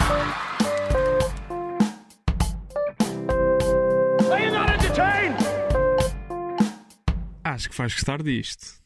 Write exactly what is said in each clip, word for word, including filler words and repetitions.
Acho que vais gostar disto.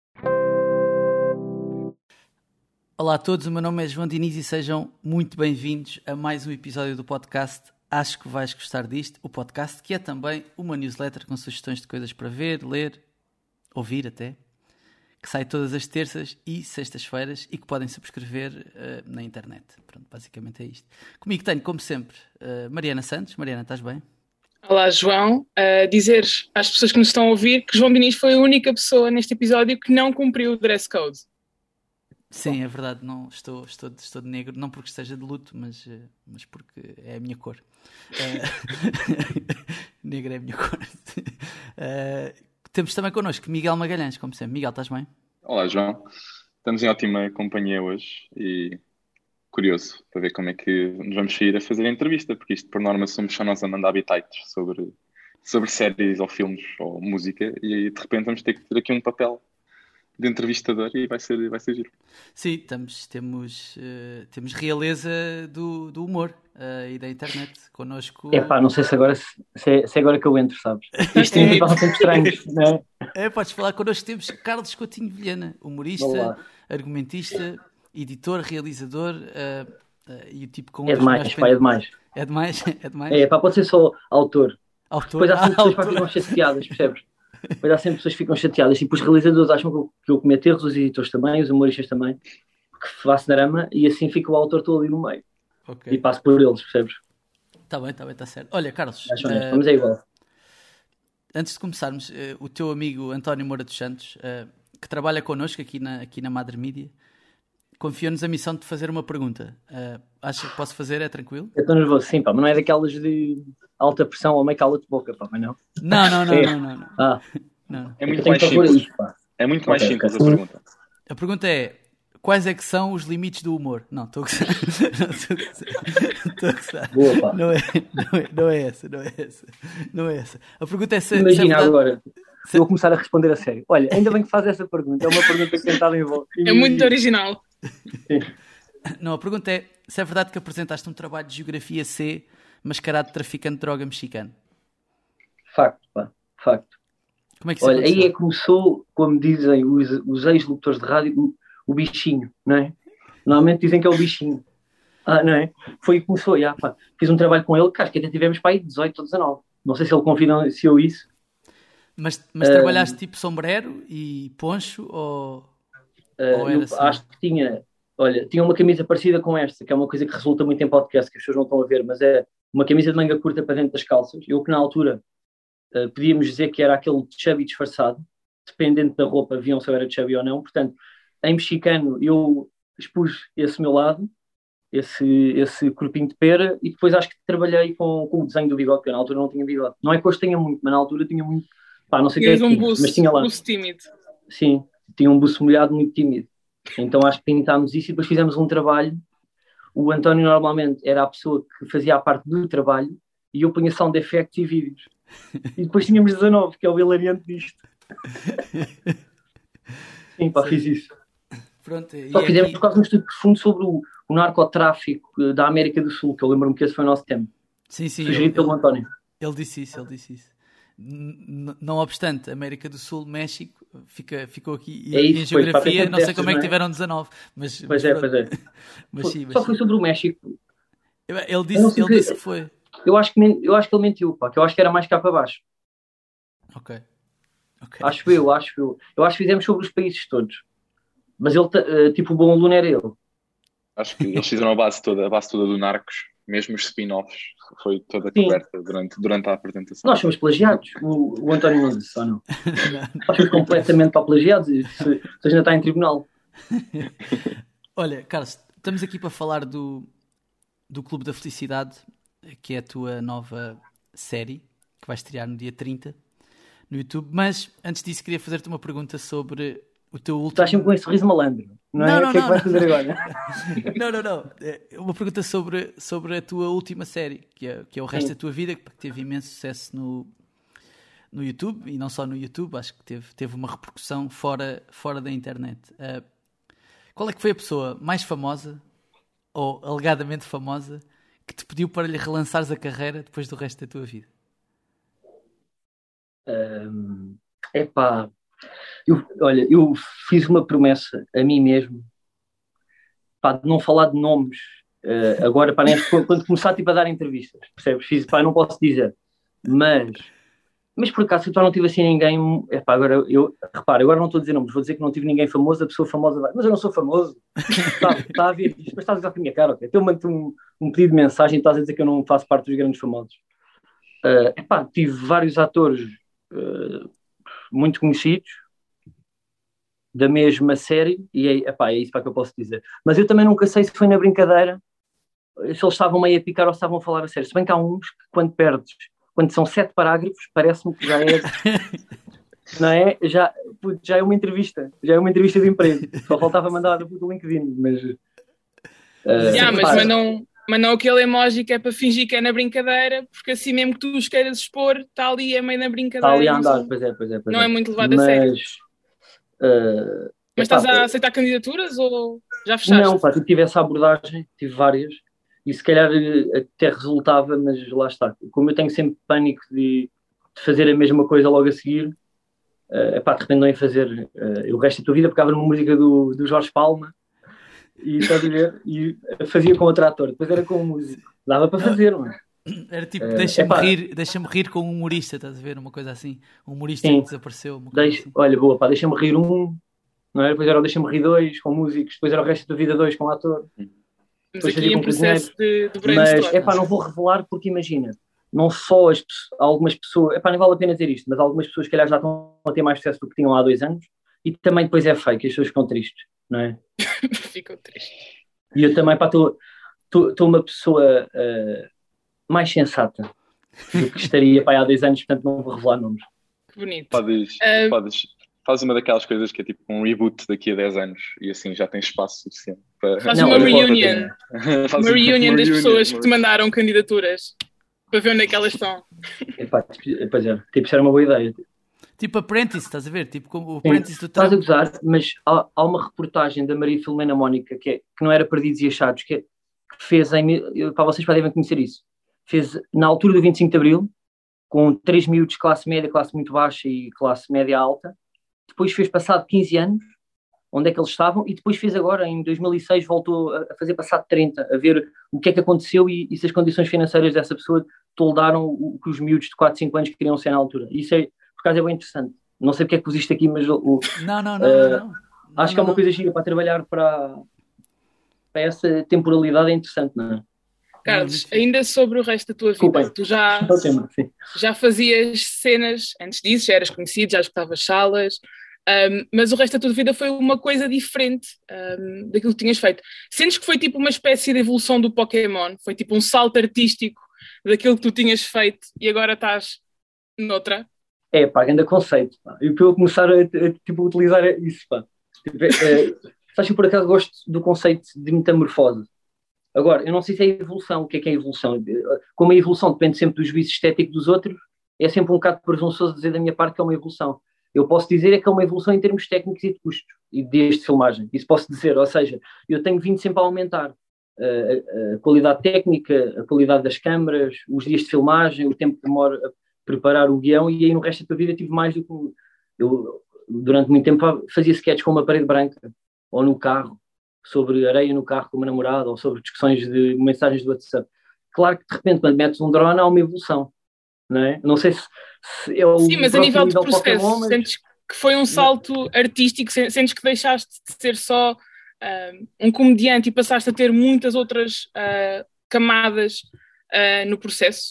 Olá a todos, o meu nome é João Diniz e sejam muito bem-vindos a mais um episódio do podcast Acho que vais gostar disto, o podcast que é também uma newsletter com sugestões de coisas para ver, ler, ouvir até, que sai todas as terças e sextas-feiras e que podem subscrever uh, na internet. Pronto, basicamente é isto. Comigo tenho, como sempre, uh, Mariana Santos. Mariana, estás bem? Olá, João. Uh, dizer às pessoas que nos estão a ouvir que João Diniz foi a única pessoa neste episódio que não cumpriu o dress code. Sim, é verdade, não, estou, estou, estou de negro, não porque esteja de luto, mas, mas porque é a minha cor. Uh, negro é a minha cor. Uh, temos também connosco Miguel Magalhães, como sempre. Miguel, estás bem? Olá, João. Estamos em ótima companhia hoje e curioso para ver como é que nos vamos sair a fazer a entrevista, porque isto, por norma, somos só nós a mandar bitites sobre, sobre séries ou filmes ou música e aí, de repente, vamos ter que ter aqui um papel de entrevistador e vai ser, vai ser giro. Sim, estamos, temos, uh, temos realeza do, do humor uh, e da internet connosco. É pá, não sei se agora, se, se, é, se é agora que eu entro, sabes? Isto tem é, sempre estranhos, não é? É, podes falar connosco. Temos Carlos Coutinho Vilhena, humorista, Olá. Argumentista, editor, realizador uh, uh, e o tipo com... É demais, pá, é demais. É demais? É demais? É pá, pode ser só autor. Autor? Depois há sempre ah, pessoas que ficam chateadas, percebes? Depois há sempre pessoas que ficam chateadas. Tipo, os realizadores acham que eu, que eu cometo erros, os editores também, os humoristas também, que faço narama e assim fica o autor todo ali no meio. Okay. E passo por eles, percebes? Está bem, está bem, está certo. Olha, Carlos, uh, vamos é igual. Antes de começarmos, uh, o teu amigo António Moura dos Santos, uh, que trabalha connosco aqui na, aqui na Madre Mídia, confiou-nos a missão de fazer uma pergunta. Uh, acha que posso fazer? É tranquilo? Eu estou nervoso, sim, pá, mas não é daquelas de alta pressão ou meio cala-te boca, pá, mas não? Não, não, não, é. não, não, não. Ah. não, não. É muito mais simples. Isto, é muito mais okay, simples okay. a pergunta. A pergunta é: quais é que são os limites do humor? Não, estou a gozar. Estou a gozar. Boa, pá. Não é, não, é, não é essa, não é essa. Não é essa. A pergunta é se. Imagina se é verdade... agora. Se... Eu vou começar a responder a sério. Olha, ainda bem que faz essa pergunta. É uma pergunta que tentada em volta. É muito original. Sim. Não, a pergunta é se é verdade que apresentaste um trabalho de Geografia C mascarado de traficante de droga mexicano. Facto, pá. Facto. Como é que isso Olha, aconteceu? aí é que começou, como dizem os, os ex-locutores de rádio, o, o bichinho, não é? Normalmente dizem que é o bichinho. Ah, não é? Foi que começou, já, pá. Fiz um trabalho com ele, que acho que até tivemos para aí dezoito ou dezanove. Não sei se ele confidenciou isso. Mas, mas uh, trabalhaste tipo sombrero e poncho ou, uh, ou era eu, assim? Acho que tinha, olha, tinha uma camisa parecida com esta, que é uma coisa que resulta muito em podcast, que as pessoas não estão a ver, mas é uma camisa de manga curta para dentro das calças. Eu que na altura uh, podíamos dizer que era aquele chubby disfarçado, dependente da roupa, viam se eu era chubby ou não. Portanto, em mexicano eu expus esse meu lado, esse, esse corpinho de pera, e depois acho que trabalhei com, com o desenho do bigode, porque eu na altura não tinha bigode. Não é que hoje tenha muito, mas na altura tinha muito. Pá, não sei o que é que um tinha, buço, mas tinha lá. Um buço tímido. Sim, tinha um buço molhado muito tímido. Então acho que pintámos isso e depois fizemos um trabalho. O António normalmente era a pessoa que fazia a parte do trabalho e eu punha sound effects e vídeos. E depois tínhamos dezanove, que é o hilariante disto. Sim, pá, fiz isso. Pronto, Só fizemos aqui... por causa de um estudo profundo sobre o, o narcotráfico da América do Sul, que eu lembro-me que esse foi o nosso tema. Sim, sim. Sugerido pelo António. Ele disse isso, ele disse isso. Não obstante, América do Sul, México, fica, ficou aqui. E, é isso, e em geografia, pois, não sei como é que não é? tiveram dezanove. Mas, pois mas é, pronto. pois é. Mas sim, mas Só sim. foi sobre o México. Ele disse, ele que, disse que foi. Eu acho que, eu acho que ele mentiu, pá, que eu acho que era mais cá para baixo. Ok. okay. Acho eu, acho eu. Eu acho que fizemos sobre os países todos. Mas ele, tipo, o bom aluno era ele. Acho que eles fizeram a base toda, a base toda do Narcos, mesmo os spin-offs, foi toda coberta durante, durante a apresentação. Nós somos plagiados, o, o António não disse, ou não? Nós somos completamente para plagiados, se, se ainda está em tribunal. Olha, Carlos, estamos aqui para falar do, do Clube da Felicidade, que é a tua nova série, que vai estrear no dia trinta no YouTube, mas antes disso queria fazer-te uma pergunta sobre o teu último... Estás sempre com esse sorriso malandro, não, não é? Não, o que é que não, vais não. fazer agora? Não, não, não. Uma pergunta sobre, sobre a tua última série, que é, que é O Resto Sim. da Tua Vida, que teve imenso sucesso no, no YouTube, e não só no YouTube, acho que teve, teve uma repercussão fora, fora da internet. Uh, qual é que foi a pessoa mais famosa ou alegadamente famosa, que te pediu para lhe relançares a carreira depois do resto da tua vida? Um, epá, eu, olha, eu fiz uma promessa a mim mesmo, pá, de não falar de nomes, uh, agora, pá, neste, quando começar tipo, a dar entrevistas, percebes? Fiz, pá, não posso dizer, mas, mas por acaso, eu não tive assim ninguém, epá, agora, eu, repara, agora não estou a dizer nomes, vou dizer que não tive ninguém famoso, a pessoa famosa vai, mas eu não sou famoso, está, está a ver isto, mas estás a usar com a minha cara, ok? Então mando-te um, um pedido de mensagem e estás a dizer que eu não faço parte dos grandes famosos. Uh, epá, tive vários atores uh, muito conhecidos da mesma série e é, epá, é isso para que eu posso dizer, mas eu também nunca sei se foi na brincadeira, se eles estavam meio a picar ou estavam a falar a sério, se bem que há uns que quando perdes, quando são sete parágrafos, parece-me que já é não é? Já, já é uma entrevista, já é uma entrevista de emprego, só faltava mandar do LinkedIn, mas uh, yeah, mas, epá, mas não Mas não aquele emoji que é para fingir que é na brincadeira, porque assim mesmo que tu os queiras expor, está ali a meio na brincadeira. Está ali a não andar, são- pois é, pois é. Pois não é. é muito levado a Mas, sério. uh, Mas epá, estás a aceitar candidaturas ou já fechaste? não, pá, eu tive essa abordagem, tive várias, e se calhar eh, até resultava, mas lá está. Como eu tenho sempre pânico de, de fazer a mesma coisa logo a seguir, uh, epá, de repente não ia fazer uh, o resto da tua vida, pegava numa música do, do Jorge Palma, e, estás a ver, e fazia com outro ator, depois era com um músico. Dava para fazer, não é? Era tipo, Uh, deixa-me epá, rir, deixa-me rir com um humorista, estás a ver? Uma coisa assim. Um humorista sim, que desapareceu. Uma coisa deixa, assim. olha, boa, pá, deixa-me rir um, não é? Depois era o deixa-me rir dois, com músicos, depois era o resto da vida dois, com ator. Estamos Depois aqui fazia em com processo cozinheiros. de, de Mas, brainstorm. epá, não vou revelar porque imagina, não só as, pesso- algumas pessoas, epá, nem vale a pena dizer isto, mas algumas pessoas que calhar já estão a ter mais sucesso do que tinham há dois anos e também depois é fake, as pessoas ficam tristes, não é? Ficou triste. E eu também, pá, estou uma pessoa uh, mais sensata do que estaria, pá, há dois anos, portanto não vou revelar nomes. Que bonito. Podes, Ah, podes, faz uma daquelas coisas que é tipo um reboot daqui a dez anos e assim já tens espaço suficiente para. Faz Não, uma olha, reunion. Faz Uma reunion das reunion, pessoas uma- que te mandaram candidaturas para ver onde é que elas estão. Epá, pois é, tipo, isso era uma boa ideia. Tipo Apprentice, estás a ver? Tipo como o Sim, Apprentice do estás a Trump. gozar, mas há, há uma reportagem da Maria Filomena Mónica que, é, que não era Perdidos e Achados, que, é- que fez em. mil- eu- Para vocês podem conhecer isso. Fez na altura do vinte e cinco de Abril, com três miúdos de classe média, classe muito baixa e classe média alta. Depois fez passado quinze anos, onde é que eles estavam, e depois fez agora, em dois mil e seis, voltou a a fazer passado trinta, a ver o que é que aconteceu e, e se as condições financeiras dessa pessoa toldaram o, o que os miúdos de quatro, cinco anos queriam ser na altura. Isso é, por acaso, é bem interessante. Não sei porque é que pusiste aqui, mas o, Não, não, não, Uh, não, não. acho Não, que é não, uma coisa gira para trabalhar para, para essa temporalidade, é interessante, não é? Carlos, ainda sobre o resto da tua vida, Desculpem. tu já, É o tema, sim. já fazias cenas antes disso, já eras conhecido, já escutavas salas, um, mas o resto da tua vida foi uma coisa diferente um, daquilo que tinhas feito. Sentes que foi tipo uma espécie de evolução do Pokémon? Foi tipo um salto artístico daquilo que tu tinhas feito e agora estás noutra? É, pá, grande conceito, pá. E para eu começar a, a, tipo, utilizar isso, pá. Tipo, é, é, sabes que eu por acaso gosto do conceito de metamorfose. Agora, eu não sei se é evolução. O que é que é evolução? Como a evolução depende sempre do juízo estético dos outros, é sempre um bocado presunçoso dizer da minha parte que é uma evolução. Eu posso dizer é que é uma evolução em termos técnicos e de custos, e de dias de filmagem. Isso posso dizer, ou seja, eu tenho vindo sempre a aumentar uh, a, a qualidade técnica, a qualidade das câmaras, os dias de filmagem, o tempo que demora a preparar o guião, e aí no resto da tua vida tive mais do que... Eu, durante muito tempo, fazia sketches com uma parede branca, ou no carro, sobre areia no carro com uma namorada, ou sobre discussões de mensagens do WhatsApp. Claro que de repente, quando metes um drone, há uma evolução, não é? Não sei se, se é o Sim, mas a nível de processo, Pokémon, mas... sentes que foi um salto artístico, sentes que deixaste de ser só uh, um comediante e passaste a ter muitas outras uh, camadas uh, no processo?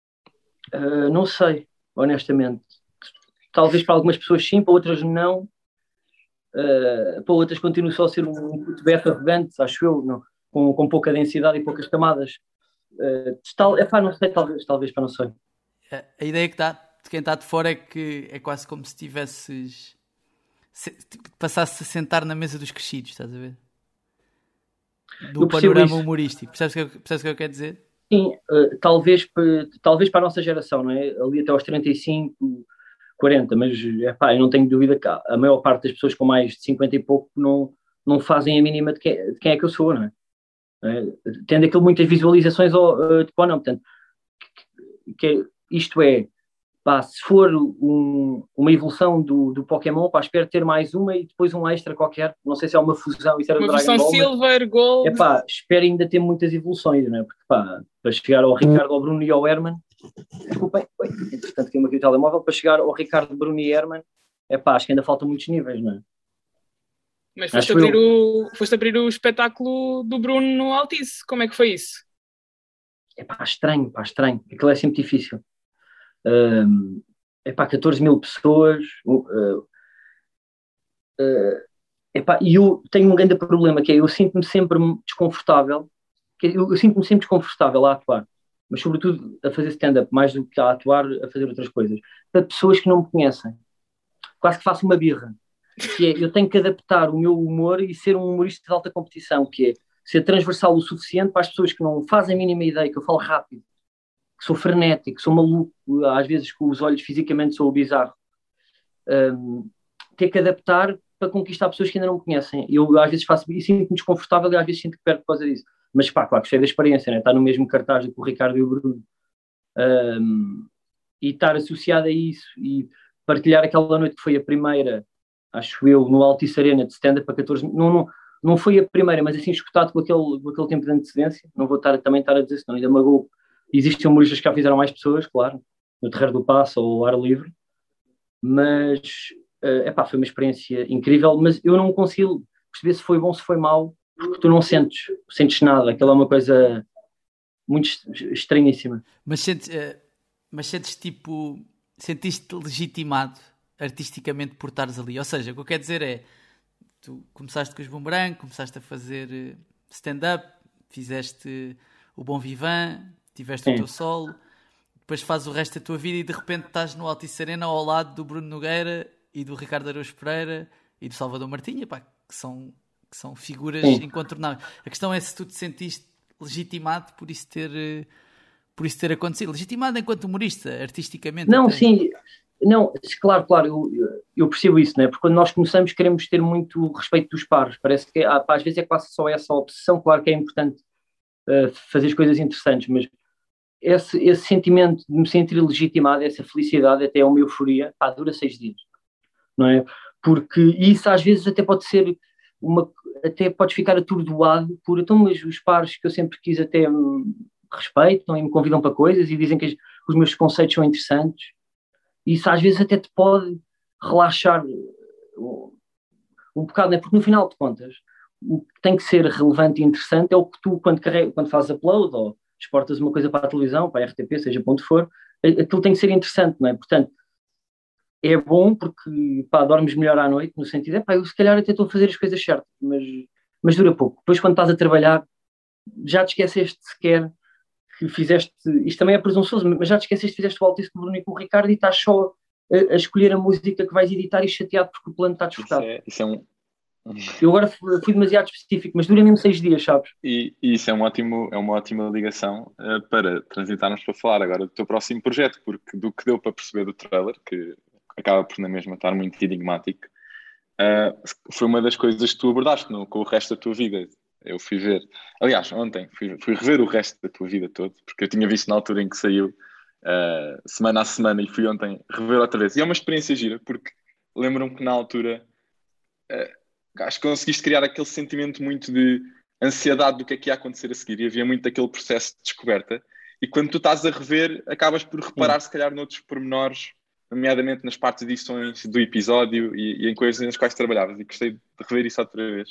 Uh, não sei, honestamente. Talvez para algumas pessoas sim, para outras não. Uh, para outras continuo só a ser um puto beta arrogante, acho eu, não, com, com pouca densidade e poucas camadas. Uh, tal, epá, não sei, talvez, talvez, para não sei. A, a ideia que dá de quem está de fora é que é quase como se tivesses se, passasse a sentar na mesa dos crescidos, estás a ver? Do Eu percebo panorama isso. humorístico. Percebes o que, percebes o que eu quero dizer? Sim, uh, talvez, para, talvez para a nossa geração, não é? Ali até aos trinta e cinco, quarenta, mas epá, eu não tenho dúvida que a maior parte das pessoas com mais de cinquenta e pouco não, não fazem a mínima de quem, de quem é que eu sou, não é? não é? Tendo aquilo muitas visualizações ou, uh, tipo, ou não, portanto, que, que, isto é, pá, se for um, uma evolução do, do Pokémon, pá, espero ter mais uma e depois um extra qualquer, não sei se é uma fusão, isso era Uma do Dragon versão Ball, mas, Silver, Gold. é pá, espero ainda ter muitas evoluções, não é? Porque, pá, para chegar ao Ricardo, ao Bruno e ao Herman, desculpem, oi, entretanto aqui aqui o telemóvel, para chegar ao Ricardo, Bruno e Herman, é pá, acho que ainda faltam muitos níveis, não é? Mas foste Acho abrir, eu. o, foste abrir o espetáculo do Bruno no Altice. Como é que foi isso? É pá, estranho, pá, estranho. Aquilo é sempre difícil. Um, é pá, catorze mil pessoas. Uh, uh, epá, e eu tenho um grande problema, que é eu sinto-me sempre desconfortável, que eu, eu sinto-me sempre desconfortável a atuar, mas sobretudo a fazer stand-up, mais do que a atuar, a fazer outras coisas, para pessoas que não me conhecem. Quase que faço uma birra, que é, eu tenho que adaptar o meu humor e ser um humorista de alta competição, que é ser transversal o suficiente para as pessoas que não fazem a mínima ideia, que eu falo rápido, que sou frenético, que sou maluco, às vezes com os olhos fisicamente sou bizarro. Um, ter que adaptar para conquistar pessoas que ainda não me conhecem. Eu às vezes faço e sinto-me desconfortável e às vezes sinto que perco por causa disso. Mas pá, claro que sei da experiência, né? Estar no mesmo cartaz com o Ricardo e o Bruno um, e estar associado a isso e partilhar aquela noite que foi a primeira, acho eu, no Altice Arena de stand-up para catorze, não, não, não foi a primeira, mas assim escutado com aquele, com aquele tempo de antecedência, não vou estar, também estar a dizer, senão ainda magoou. Existem humoristas que já fizeram mais pessoas, claro, no Terreiro do Passo ou ao ar livre, mas uh, epá, foi uma experiência incrível, mas eu não consigo perceber se foi bom, se foi mau, porque tu não sentes, sentes nada, aquela é uma coisa muito estranhíssima. Mas sentes, uh, mas sentes tipo, sentiste legitimado artisticamente por estares ali, ou seja, o que eu quero dizer é, tu começaste com os Boomerang, começaste a fazer stand-up, fizeste o Bom Vivant, tiveste Sim. o teu solo, depois fazes o resto da tua vida e de repente estás no Altice Arena ao lado do Bruno Nogueira e do Ricardo Araújo Pereira e do Salvador Martinha, pá, que são, que são figuras Sim. incontornáveis. A questão é se tu te sentiste legitimado por isso ter, por isso ter acontecido. Legitimado enquanto humorista, artisticamente. Não, até. sim. Não, claro, claro, eu, eu percebo isso, né? Porque quando nós começamos queremos ter muito respeito dos pares. Parece que ah, pá, às vezes é quase só essa obsessão. Claro que é importante uh, fazer as coisas interessantes, mas Esse, esse sentimento de me sentir legitimado, essa felicidade, até uma euforia, pá, dura seis dias, não é? Porque isso às vezes até pode ser uma, até podes ficar atordoado por, então, mas os pares que eu sempre quis até me respeitam e me convidam para coisas e dizem que, as, que os meus conceitos são interessantes, isso às vezes até te pode relaxar um, um bocado, não é? Porque no final de contas, o que tem que ser relevante e interessante é o que tu, quando, carrega, quando fazes upload ou exportas uma coisa para a televisão, para a R T P, seja para onde for, aquilo tem que ser interessante, não é? Portanto, é bom porque, pá, dormes melhor à noite, no sentido, é pá, eu se calhar até estou a fazer as coisas certas, mas, mas dura pouco. Depois, quando estás a trabalhar, já te esqueceste sequer que fizeste, isto também é presunçoso, mas já te esqueceste que fizeste o Altice com o Bruno e com o Ricardo e estás só a, a escolher a música que vais editar e chateado porque o plano está desfocado. Isso é, isso é um... Eu agora fui, fui demasiado específico, mas dura mesmo seis dias, sabes? E, e isso é, um ótimo, é uma ótima ligação uh, para transitarmos para falar agora do teu próximo projeto, porque do que deu para perceber do trailer, que acaba por na mesma estar muito enigmático, uh, foi uma das coisas que tu abordaste no, com o resto da tua vida. Eu fui ver, aliás, ontem fui, fui rever o resto da tua vida todo, porque eu tinha visto na altura em que saiu, uh, semana a semana, e fui ontem rever outra vez. E é uma experiência gira, porque lembro-me que na altura... Uh, acho que conseguiste criar aquele sentimento muito de ansiedade do que é que ia acontecer a seguir, e havia muito aquele processo de descoberta, e quando tu estás a rever, acabas por reparar, se calhar, noutros pormenores, nomeadamente nas partes de edições do episódio e, e em coisas nas quais trabalhavas, e gostei de rever isso outra vez.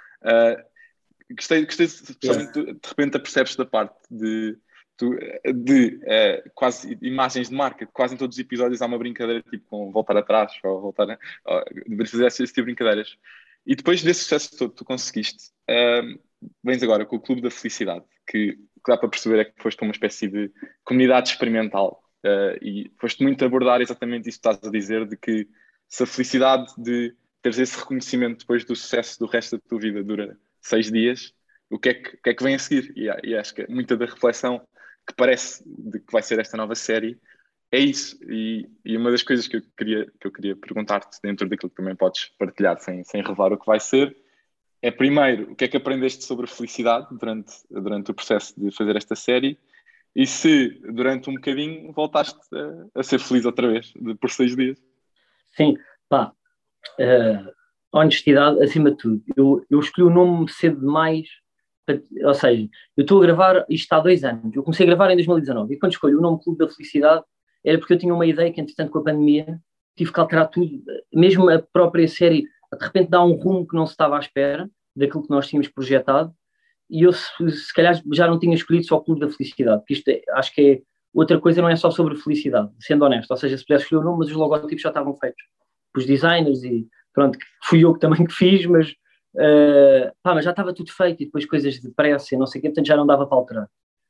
Uh, gostei, gostei especialmente, de, de repente, apercebes da parte de, de, de uh, quase imagens de marca, quase em todos os episódios há uma brincadeira, tipo com voltar atrás, ou voltar, ou, de fazer esse tipo de brincadeiras. E depois desse sucesso todo que tu conseguiste, um, vens agora com o Clube da Felicidade, que, que dá para perceber é que foste uma espécie de comunidade experimental, uh, e foste muito abordar exatamente isso que estás a dizer, de que se a felicidade de teres esse reconhecimento depois do sucesso do resto da tua vida dura seis dias, o que é que, o que, é que vem a seguir? E, e acho que muita da reflexão que parece de que vai ser esta nova série é isso, e, e uma das coisas que eu queria, que eu queria perguntar-te, dentro daquilo que também podes partilhar sem, sem revelar o que vai ser, é primeiro, o que é que aprendeste sobre felicidade durante, durante o processo de fazer esta série e se durante um bocadinho voltaste a, a ser feliz outra vez, de, por seis dias. Sim, pá, uh, honestidade acima de tudo. Eu, eu escolhi o nome cedo demais, para, ou seja, eu estou a gravar isto há dois anos. Eu comecei a gravar em dois mil e dezanove e quando escolhi o nome Clube da Felicidade era porque eu tinha uma ideia que, entretanto, com a pandemia, tive que alterar tudo. Mesmo a própria série, de repente, dá um rumo que não se estava à espera daquilo que nós tínhamos projetado. E eu, se, se calhar, já não tinha escolhido só o Clube da Felicidade, porque isto é, acho que é outra coisa, não é só sobre felicidade, sendo honesto. Ou seja, se pudesse escolher o nome, mas os logotipos já estavam feitos pelos designers e pronto, fui eu que também que fiz, mas, uh, pá, mas já estava tudo feito e depois coisas de pressa e não sei o quê, portanto já não dava para alterar.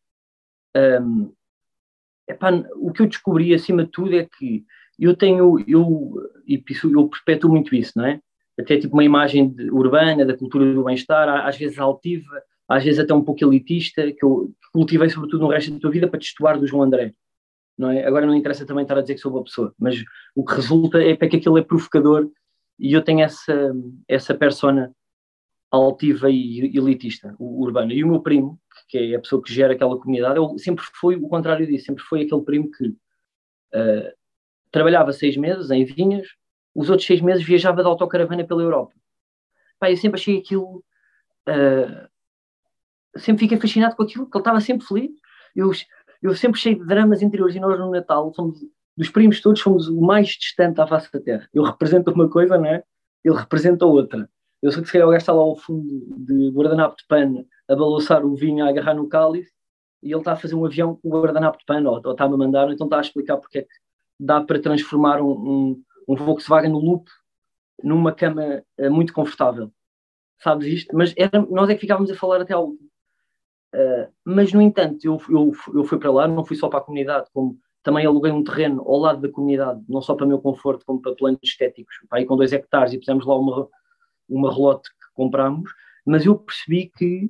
Um, epá, o que eu descobri acima de tudo é que eu tenho, eu, e eu perpetuo muito isso, não é? Até tipo uma imagem de, urbana, da cultura do bem-estar, às vezes altiva, às vezes até um pouco elitista, que eu cultivei sobretudo no resto da tua vida para destoar do João André, não é? Agora não interessa também estar a dizer que sou boa pessoa, mas o que resulta é que aquilo é provocador e eu tenho essa, essa persona altiva e elitista, urbana. E o meu primo, que é a pessoa que gera aquela comunidade, eu sempre foi o contrário disso, sempre foi aquele primo que uh, trabalhava seis meses em Vinhas, os outros seis meses viajava de autocaravana pela Europa. Pá, eu sempre achei aquilo... Uh, sempre fiquei fascinado com aquilo, que ele estava sempre feliz. Eu, eu sempre cheio de dramas interiores e nós no Natal, somos, dos primos todos, somos o mais distante à face da Terra. Eu represento uma coisa, não é? Ele representa outra. Eu sei que se calhar o gajo está lá ao fundo de guardanapo de pano a balançar o vinho, a agarrar no cálice e ele está a fazer um avião com o guardanapo de pano, ou, ou está-me a mandar, então está a explicar porque é que dá para transformar um, um, um Volkswagen no Loop numa cama uh, muito confortável. Sabes isto? Mas era, nós é que ficávamos a falar até ao último. Uh, mas, no entanto, eu, eu, eu fui para lá, não fui só para a comunidade, como também aluguei um terreno ao lado da comunidade, não só para o meu conforto, como para planos estéticos, para ir com dois hectares e pusemos lá uma, uma relote que comprámos, mas eu percebi que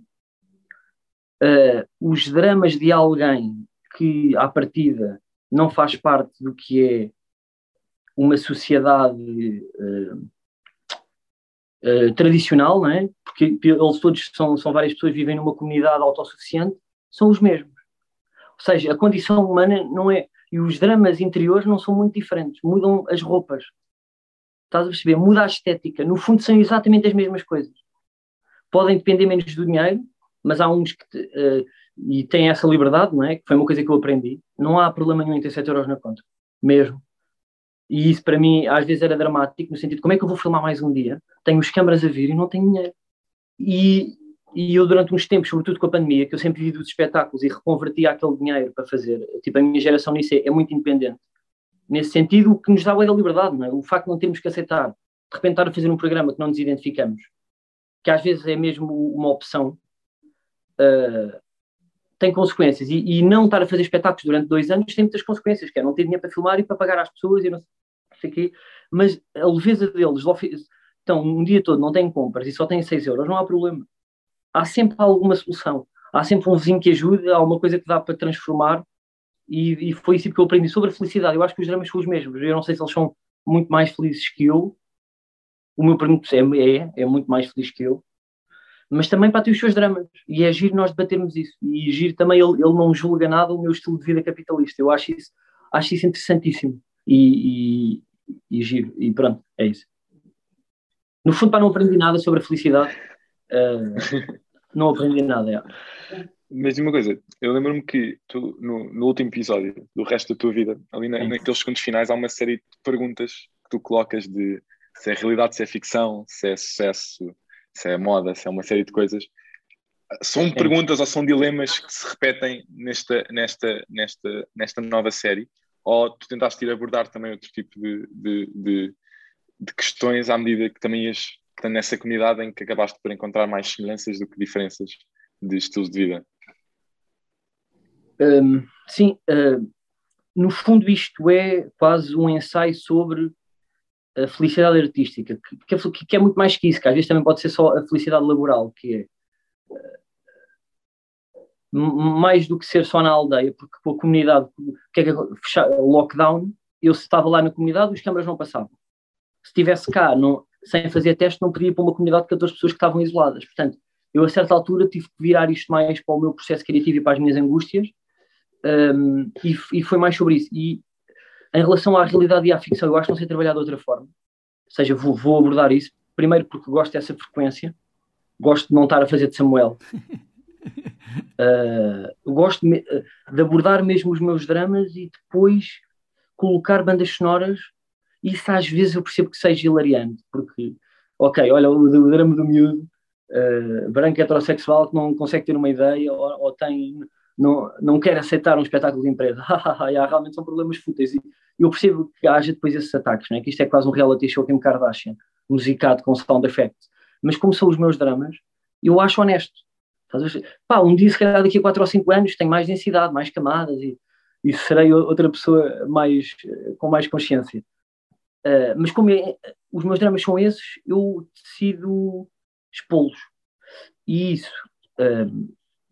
uh, os dramas de alguém que, à partida, não faz parte do que é uma sociedade uh, uh, tradicional, não é? Porque eles todos são, são várias pessoas que vivem numa comunidade autossuficiente, são os mesmos. Ou seja, a condição humana não é... E os dramas interiores não são muito diferentes. Mudam as roupas. Estás a perceber? Muda a estética. No fundo são exatamente as mesmas coisas. Podem depender menos do dinheiro, mas há uns que... Uh, e têm essa liberdade, não é? Que foi uma coisa que eu aprendi. Não há problema nenhum em ter sete euros na conta. Mesmo. E isso para mim às vezes era dramático, no sentido de como é que eu vou filmar mais um dia? Tenho os câmaras a vir e não tenho dinheiro. E, e eu durante uns tempos, sobretudo com a pandemia, que eu sempre vivi dos espetáculos e reconvertia aquele dinheiro para fazer, tipo a minha geração nisso é, é muito independente. Nesse sentido, o que nos dá a liberdade, não é? O facto de não termos que aceitar, de repente estar a fazer um programa que não nos identificamos, que às vezes é mesmo uma opção, uh, tem consequências. E, e não estar a fazer espetáculos durante dois anos tem muitas consequências, que é não ter dinheiro para filmar e para pagar às pessoas e não sei o quê. Mas a leveza deles, então um dia todo não têm compras e só têm seis euros, não há problema. Há sempre alguma solução. Há sempre um vizinho que ajude, há alguma coisa que dá para transformar e, e foi isso que eu aprendi sobre a felicidade. Eu acho que os dramas são os mesmos. Eu não sei se eles são muito mais felizes que eu. O meu primo é, é, é muito mais feliz que eu. Mas também para ter os seus dramas. E é giro nós debatermos isso. E giro também, ele, ele não julga nada o meu estilo de vida capitalista. Eu acho isso, acho isso interessantíssimo. E, e, e giro. E pronto, é isso. No fundo, para não aprendi nada sobre a felicidade. Uh, não aprendi nada, é. Mas uma coisa, eu lembro-me que tu, no, no último episódio do resto da tua vida, ali na, naqueles segundos finais, há uma série de perguntas que tu colocas de se é realidade, se é ficção, se é sucesso, se é moda, se é uma série de coisas. São Sim. perguntas ou são dilemas que se repetem nesta, nesta, nesta, nesta nova série? Ou tu tentaste ir abordar também outro tipo de, de, de, de questões à medida que também ias nessa comunidade em que acabaste por encontrar mais semelhanças do que diferenças de estilos de vida? Um, sim, uh, no fundo isto é quase um ensaio sobre a felicidade artística, que, que, que é muito mais que isso, que às vezes também pode ser só a felicidade laboral, que é uh, mais do que ser só na aldeia, porque com a comunidade, que é que fechar, lockdown, eu se estava lá na comunidade, os câmaras não passavam. Se estivesse cá, não, sem fazer teste, não podia ir para uma comunidade de catorze pessoas que estavam isoladas. Portanto, eu a certa altura tive que virar isto mais para o meu processo criativo e para as minhas angústias, um, e, e foi mais sobre isso. E em relação à realidade e à ficção, eu acho que não sei trabalhar de outra forma. Ou seja, vou, vou abordar isso, primeiro porque gosto dessa frequência, gosto de não estar a fazer de Samuel. Uh, gosto de, de abordar mesmo os meus dramas e depois colocar bandas sonoras. Isso às vezes eu percebo que seja hilariante, porque, ok, olha, o, o drama do miúdo, uh, branco heterossexual que não consegue ter uma ideia ou, ou tem, não, não quer aceitar um espetáculo de empresa. yeah, realmente são problemas fúteis. E eu percebo que haja depois esses ataques, não é? Que isto é quase um reality show Kim Kardashian, musicado com sound effects. Mas como são os meus dramas, eu acho honesto. Pá, um dia, se calhar daqui a quatro ou cinco anos, tenho mais densidade, mais camadas e, e serei outra pessoa mais, com mais consciência. Uh, mas como é, os meus dramas são esses, eu decido expô-los. E isso uh,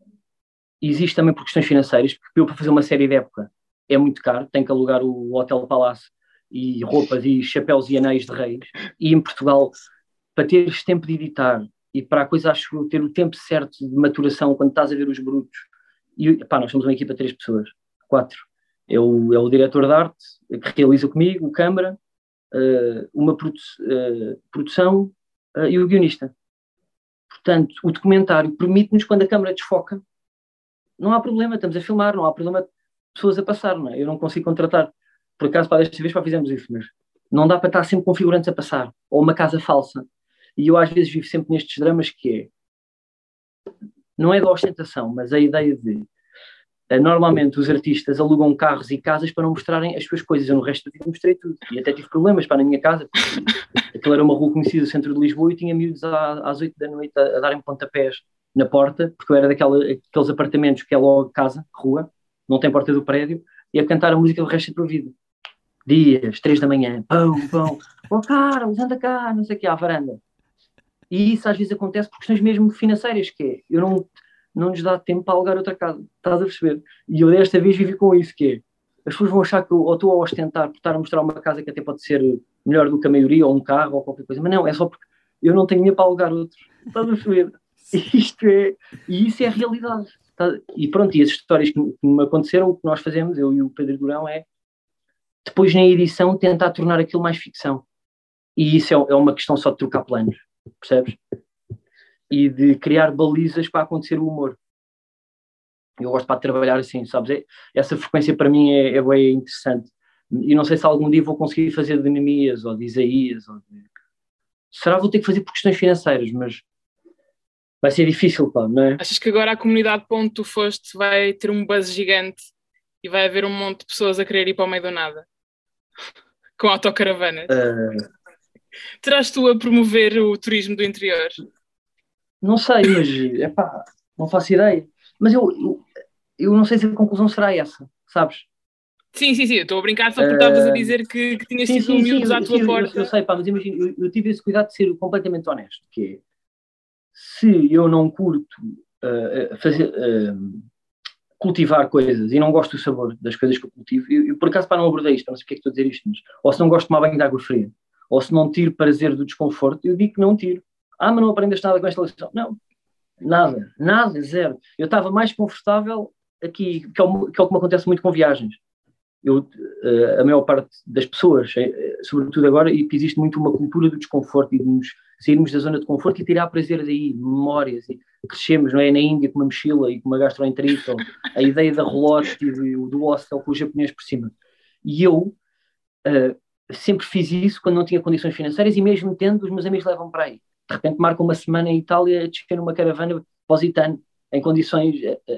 existe também por questões financeiras, porque eu, para fazer uma série de época, é muito caro, tenho que alugar o Hotel Palácio e roupas e chapéus e anéis de reis. E em Portugal, para teres tempo de editar e para a coisa, acho, ter o tempo certo de maturação, quando estás a ver os brutos, e pá, nós somos uma equipa de três pessoas, quatro. É o, é o diretor de arte, que realiza comigo, o câmara, Uh, uma produ uh, produção uh, e o guionista. Portanto, o documentário permite-nos, quando a câmara desfoca, não há problema, estamos a filmar, não há problema de pessoas a passar, não é? Eu não consigo contratar, por acaso, para desta vez, para fizemos isso, mas não dá para estar sempre com figurantes a passar, ou uma casa falsa. E eu às vezes vivo sempre nestes dramas que é, não é da ostentação, mas a ideia de normalmente os artistas alugam carros e casas para não mostrarem as suas coisas. Eu no resto do dia mostrei tudo. E até tive problemas para na minha casa. Aquilo era uma rua conhecida no centro de Lisboa e tinha miúdos às oito da noite a, a darem pontapés na porta, porque eu era daqueles apartamentos que é logo casa, rua, não tem porta do prédio, e a cantar a música do resto da tua vida. Dias, três da manhã, pão, pão, oh Carlos, anda cá, não sei o que, à varanda. E isso às vezes acontece por questões mesmo financeiras, que é, eu não... não nos dá tempo para alugar outra casa, estás a perceber? E eu desta vez vivi com isso, que é, as pessoas vão achar que eu ou estou a ostentar por estar a mostrar uma casa que até pode ser melhor do que a maioria, ou um carro, ou qualquer coisa, mas não, é só porque eu não tenho dinheiro para alugar outros, estás a perceber? Isto é, e isso é a realidade. Tá? E pronto, e as histórias que, que me aconteceram, o que nós fazemos, eu e o Pedro Durão, é, depois na edição, tentar tornar aquilo mais ficção. E isso é, é uma questão só de trocar planos, percebes? E de criar balizas para acontecer o humor. Eu gosto para trabalhar assim, sabes? É, essa frequência para mim é, é bem interessante. E não sei se algum dia vou conseguir fazer de Neemias ou de Isaías. Ou de... Será que vou ter que fazer por questões financeiras, mas vai ser difícil, pá, não é? Achas que agora a comunidade para onde tu foste vai ter um buzz gigante e vai haver um monte de pessoas a querer ir para o meio do nada? Com autocaravanas? Uh... Terás tu a promover o turismo do interior? Não sei, mas epá, não faço ideia. Mas eu, eu, eu não sei se a conclusão será essa, sabes? Sim, sim, sim, eu estou a brincar só porque estavas uh, a dizer que, que tinhas sido humildes à tua sim, porta. Eu, eu sei, pá, mas imagina, eu, eu tive esse cuidado de ser completamente honesto, que é, se eu não curto uh, fazer, uh, cultivar coisas e não gosto do sabor das coisas que eu cultivo, eu, eu por acaso pá, não abordei isto, não sei porque é que estou a dizer isto, mas, ou se não gosto de tomar banho de água fria, ou se não tiro prazer do desconforto, eu digo que não tiro. Ah, mas não aprendeste nada com esta lição. Não, nada, nada, zero. Eu estava mais confortável aqui, que é, o, que é o que me acontece muito com viagens. Eu, uh, a maior parte das pessoas, uh, sobretudo agora, e que existe muito uma cultura do desconforto e de nos sairmos da zona de conforto e tirar prazer daí, memórias, e crescemos, não é, na Índia com uma mochila e com uma gastroenterite, ou a ideia da relote e do, do hostel com os japoneses por cima. E eu uh, sempre fiz isso quando não tinha condições financeiras, e mesmo tendo, os meus amigos levam para aí. De repente marcam uma semana em Itália a descer numa caravana positano, em condições...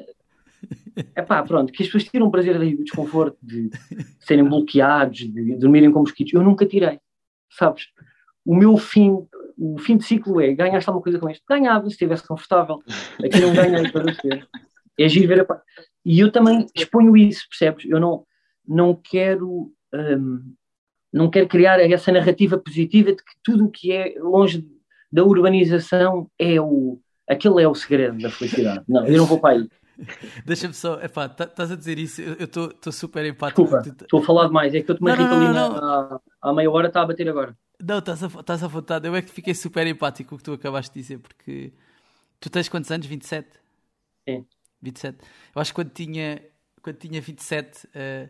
É pá, pronto, que as pessoas tiram prazer daí do desconforto, de serem bloqueados, de dormirem com mosquitos. Eu nunca tirei, sabes? O meu fim, o fim de ciclo é, ganhaste alguma coisa com isto? Ganhava, se estivesse confortável. Aqui não ganhei, para você. É giro ver a pá. E eu também exponho isso, percebes? Eu não, não quero... Hum, não quero criar essa narrativa positiva de que tudo o que é longe da urbanização é o... Aquele é o segredo da felicidade. Não, eu não vou para aí. Deixa-me só, epá, estás a dizer isso, eu estou super empático. Desculpa, estou a falar demais, é que eu tomei rico ali na, à, à meia hora, está a bater agora. Não, estás a, estás à vontade. Eu é que fiquei super empático com o que tu acabaste de dizer, porque tu tens quantos anos? vinte e sete? Sim. vinte e sete. Eu acho que quando tinha, quando tinha vinte e sete uh,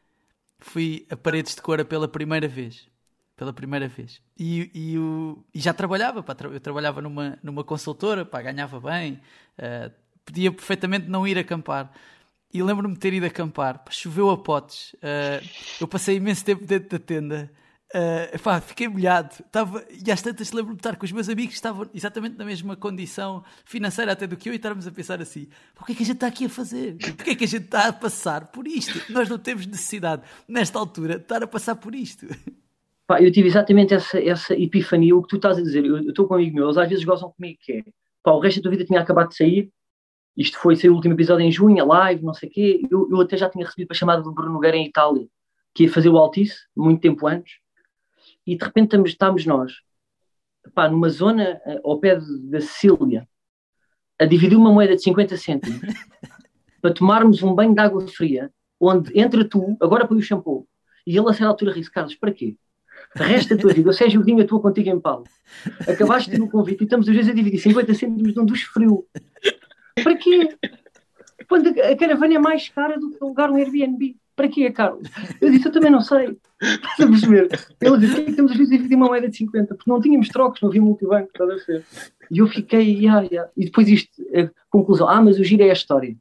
fui a Paredes de Cora pela primeira vez. Pela primeira vez. E, e, o, e já trabalhava, pá, eu trabalhava numa, numa consultora, pá, ganhava bem, uh, podia perfeitamente não ir acampar. E lembro-me de ter ido acampar, pá, choveu a potes, uh, eu passei imenso tempo dentro da tenda, uh, pá, fiquei molhado, estava, e às tantas lembro-me de estar com os meus amigos que estavam exatamente na mesma condição financeira até do que eu, e estarmos a pensar assim, o que é que a gente está aqui a fazer? Porquê é que a gente está a passar por isto? Nós não temos necessidade, nesta altura, de estar a passar por isto. Pá, eu tive exatamente essa, essa epifania, o que tu estás a dizer. Eu estou com um amigo meu, eles às vezes gozam comigo, que é, pá, o resto da tua vida tinha acabado de sair, isto foi, saiu o último episódio em junho, a live, não sei o quê, eu, eu até já tinha recebido a chamada do Bruno Nogueira em Itália, que ia fazer o Altice, muito tempo antes, e de repente estamos, estamos nós, pá, numa zona ao pé de, da Sicília, a dividir uma moeda de cinquenta cêntimos, para tomarmos um banho de água fria, onde entra tu, agora põe o shampoo, e ele a certa altura ri-se, Carlos, para quê? Resta a tua vida, o Sérgio Godinho atua contigo em Paulo. Acabaste de ter o convite e estamos às vezes a dividir cinquenta cêntimos de um duche frio. Para quê? Quando a caravana é mais cara do que alugar um Airbnb. Para quê, Carlos? Eu disse, eu também não sei. Estás a perceber? Ele disse, por que estamos às vezes a dividir uma moeda de cinquenta? Porque não tínhamos trocos, não havia multibanco, estás a ver? E eu fiquei, yeah, yeah. E depois isto, a conclusão, ah, mas o giro é a história.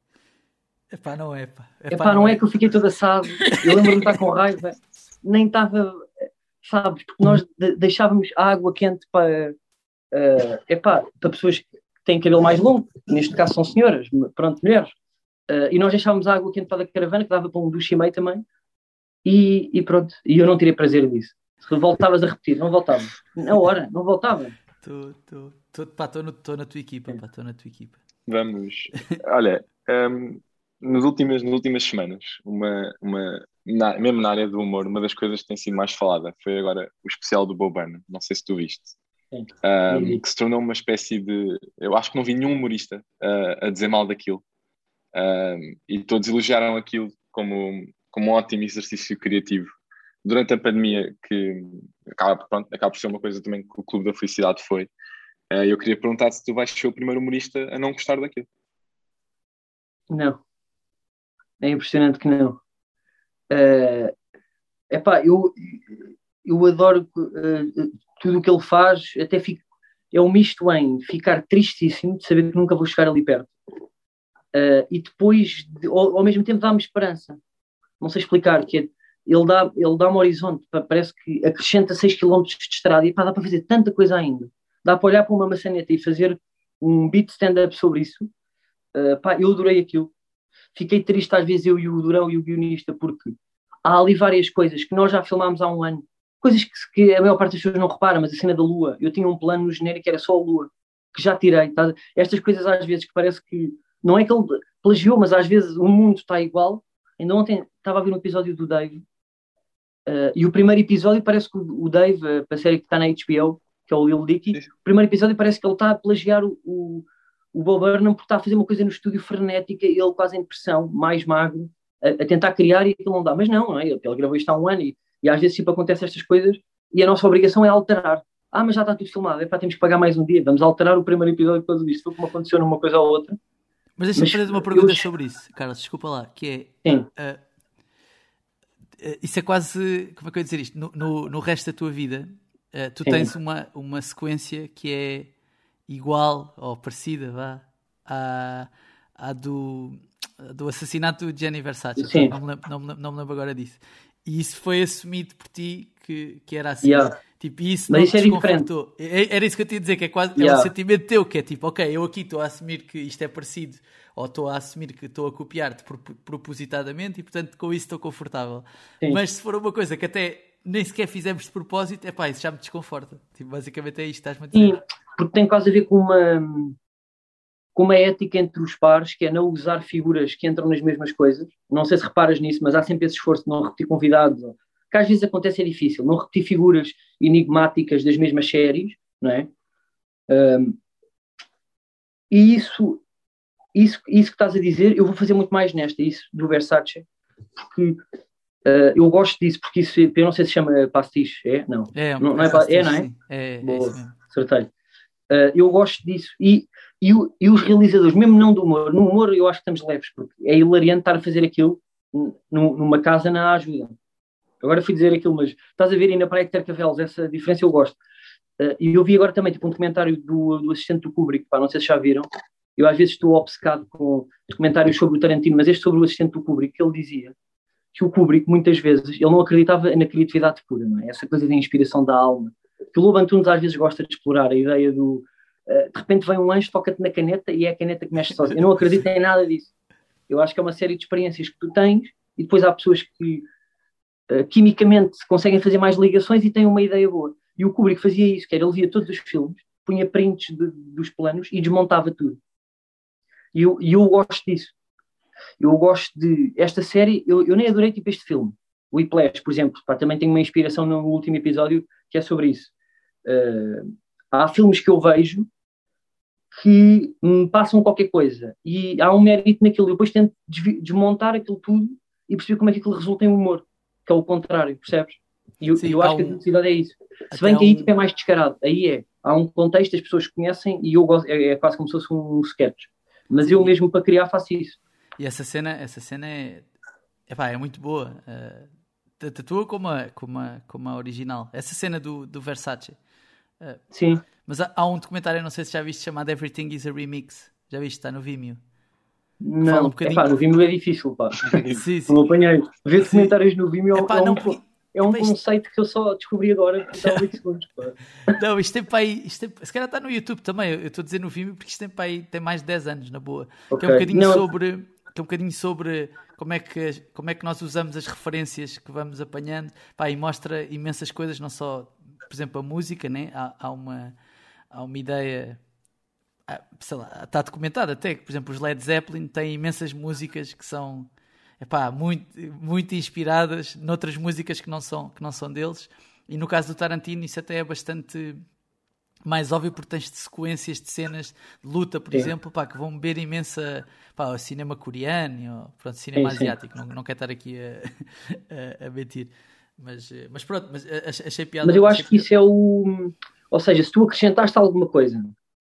Epá, não é, pá. Epá, Epá, não, não é. é que eu fiquei todo assado. Eu lembro-me de estar com raiva. Nem estava... Sabes, porque nós de- deixávamos a água quente para, uh, epá, para pessoas que têm cabelo mais longo, neste caso são senhoras, pronto, mulheres, uh, e nós deixávamos a água quente para a caravana, que dava para um duche e meio também, e, e pronto, e eu não tirei prazer disso. Se voltavas a repetir, não voltava. Na hora, não voltava. Estou na tua equipa, pá, estou na tua equipa. Vamos. Olha, um, nas, últimas, nas últimas semanas, uma, uma, na, mesmo na área do humor, uma das coisas que tem sido mais falada foi agora o especial do Bo Burnham. Não sei se tu viste. Sim. Um, que se tornou uma espécie de... Eu acho que não vi nenhum humorista uh, a dizer mal daquilo. Um, e todos elogiaram aquilo como, como um ótimo exercício criativo. Durante a pandemia, que acaba, pronto, acaba por ser uma coisa também que o Clube da Felicidade foi, uh, eu queria perguntar se tu vais ser o primeiro humorista a não gostar daquilo. Não. É impressionante que não. Uh, epá, eu, eu adoro uh, tudo o que ele faz, até fico, é um misto em ficar tristíssimo de saber que nunca vou chegar ali perto uh, e depois de, ao, ao mesmo tempo dá-me esperança, não sei explicar, que é, ele dá, ele dá um horizonte, pá, parece que acrescenta seis quilómetros de estrada e pá, dá para fazer tanta coisa ainda, dá para olhar para uma maçaneta e fazer um beat stand-up sobre isso. Uh, pá, eu adorei aquilo. Fiquei triste às vezes eu e o Durão e o guionista, porque há ali várias coisas que nós já filmámos há um ano, coisas que, que a maior parte das pessoas não repara, mas a cena da Lua, eu tinha um plano no genérico que era só a Lua, que já tirei, tá? Estas coisas às vezes que parece que, não é que ele plagiou, mas às vezes o mundo está igual. Ainda ontem estava a ver um episódio do Dave, uh, e o primeiro episódio parece que o, o Dave, uh, para a série que está na H B O, que é o Lil Dicky, o primeiro episódio parece que ele está a plagiar o, o o Bo Burnham porque está a fazer uma coisa no estúdio frenética, ele quase em depressão, mais magro, a, a tentar criar e aquilo não dá. Mas não, não é? Ele, ele gravou isto há um ano e, e às vezes tipo acontecem estas coisas e a nossa obrigação é alterar. Ah, mas já está tudo filmado, é pá, temos que pagar mais um dia, vamos alterar o primeiro episódio por causa disto. Foi como aconteceu numa coisa ou outra. Mas deixa-me fazer uma pergunta eu... sobre isso, Carlos, desculpa lá, que é... Sim. Uh, uh, isso é quase, como é que eu ia dizer isto? No, no, no resto da tua vida, uh, tu Sim. tens uma, uma sequência que é igual ou parecida, vá, À, à do, do assassinato de Gianni Versace. Não me, lembro, não, me, não me lembro agora disso. E isso foi assumido por ti que, que era assim. Yeah. Tipo, isso mas não isso te é diferente. Era isso que eu tinha a dizer, que é quase yeah. é um sentimento teu, que é tipo, ok, eu aqui estou a assumir que isto é parecido, ou estou a assumir que estou a copiar-te propositadamente e portanto com isso estou confortável. Sim. Mas se for uma coisa que até nem sequer fizemos de propósito, é pá, isso já me desconforta. Tipo, basicamente é isto que estás-me a dizer. Sim, porque tem quase a ver com uma... com uma ética entre os pares, que é não usar figuras que entram nas mesmas coisas. Não sei se reparas nisso, mas há sempre esse esforço de não repetir convidados, que às vezes acontece, é difícil, não repetir figuras enigmáticas das mesmas séries, não é? Um, e isso, isso, isso que estás a dizer, eu vou fazer muito mais nesta, isso do Versace, porque Uh, eu gosto disso, porque isso, eu não sei se chama pastiche, é? Não. É, um não, não é, pastiche, é, não é? sim. É, Boa, é isso mesmo. acertei. Uh, eu gosto disso. E, e, e os realizadores, mesmo não do humor, no humor eu acho que estamos leves, porque é hilariante estar a fazer aquilo numa casa na ajuda. Agora fui dizer aquilo, mas estás a ver aí na Praia de Carcavelos, essa diferença eu gosto. Uh, e eu vi agora também tipo, um documentário do, do assistente do Kubrick, pá, não sei se já viram. Eu às vezes estou obcecado com documentários sobre o Tarantino, mas este sobre o assistente do Kubrick, que ele dizia que o Kubrick muitas vezes, ele não acreditava na criatividade pura, não é? Essa coisa da inspiração da alma. Que o Lobo Antunes às vezes gosta de explorar a ideia do uh, de repente vem um lanche, toca-te na caneta e é a caneta que mexe sozinha. Eu não acredito em nada disso. Eu acho que é uma série de experiências que tu tens e depois há pessoas que uh, quimicamente conseguem fazer mais ligações e têm uma ideia boa. E o Kubrick fazia isso, que era, ele via todos os filmes, punha prints de, dos planos e desmontava tudo. E eu, e eu gosto disso. Eu gosto de... Esta série, eu, eu nem adorei tipo este filme. O Whiplash, por exemplo, pá, também tem uma inspiração no último episódio que é sobre isso. Uh, há filmes que eu vejo que me passam qualquer coisa e há um mérito naquilo. Eu depois tento desmontar aquilo tudo e perceber como é que aquilo resulta em humor, que é o contrário, percebes? E eu, Sim, eu acho um... que a necessidade é isso. Se bem que aí um... tipo, é mais descarado. Aí é. Há um contexto, as pessoas conhecem e eu gosto, é, é quase como se fosse um sketch. Mas Sim. eu mesmo para criar faço isso. E essa cena, essa cena é, epá, é muito boa. Uh, tatua como a, como, a, como a original. Essa cena do, do Versace. Uh, Sim. Mas há, há um documentário, não sei se já viste, chamado Everything is a Remix. Já viste? Está no Vimeo. Não, Fala um bocadinho... Epá, no Vimeo é difícil, pá. sim, sim. Não apanhei. Ver documentários no Vimeo Epá, é um, não, porque... é um Epá, conceito isto... que eu só descobri agora porque há oito segundos, pá. Não, isto tem para aí... Isto tem... Se calhar está no YouTube também. Eu estou a dizer no Vimeo porque isto tem para aí... Tem mais de dez anos, na boa. Okay. Que é um bocadinho não. sobre... Que é um bocadinho sobre como é, que, como é que nós usamos as referências que vamos apanhando. Pá, e mostra imensas coisas, não só, por exemplo, a música, né? há, há, uma, há uma ideia, sei lá, está documentado até que, por exemplo, os Led Zeppelin têm imensas músicas que são epá, muito, muito inspiradas noutras músicas que não, são, que não são deles. E no caso do Tarantino isso até é bastante... mais óbvio porque tens de sequências de cenas de luta, por sim. exemplo, pá, que vão beber imensa pá, o cinema coreano ou pronto, cinema sim, asiático, sim. Não, não quero estar aqui a, a, a mentir, mas, mas pronto, mas achei piada. Mas eu acho piada. que isso é o... Ou seja, se tu acrescentaste alguma coisa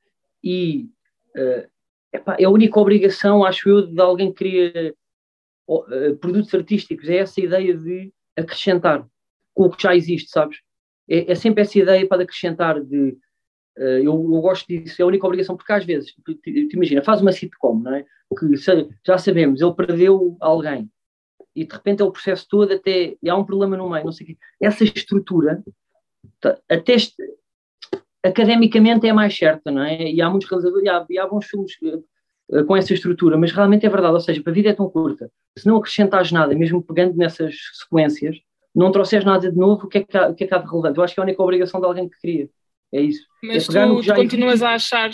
e uh, epá, é a única obrigação, acho eu, de alguém que cria uh, produtos artísticos, é essa ideia de acrescentar com o que já existe, sabes? É, é sempre essa ideia para acrescentar de Uh, eu, eu gosto disso, é a única obrigação, porque às vezes, te, te imagina, faz uma sitcom, não é? Que se, já sabemos, ele perdeu alguém e de repente é o processo todo até, e há um problema no meio, não sei o quê. Essa estrutura, tá, até este, academicamente é mais certa, não é? E há muitos realizadores, e há, e há bons filmes uh, com essa estrutura, mas realmente é verdade, ou seja, a vida é tão curta, se não acrescentares nada, mesmo pegando nessas sequências, não trouxeres nada de novo, o que é que há, o que é que há de relevante? Eu acho que é a única obrigação de alguém que cria. É isso. Mas é tu, tu continuas existe. a achar,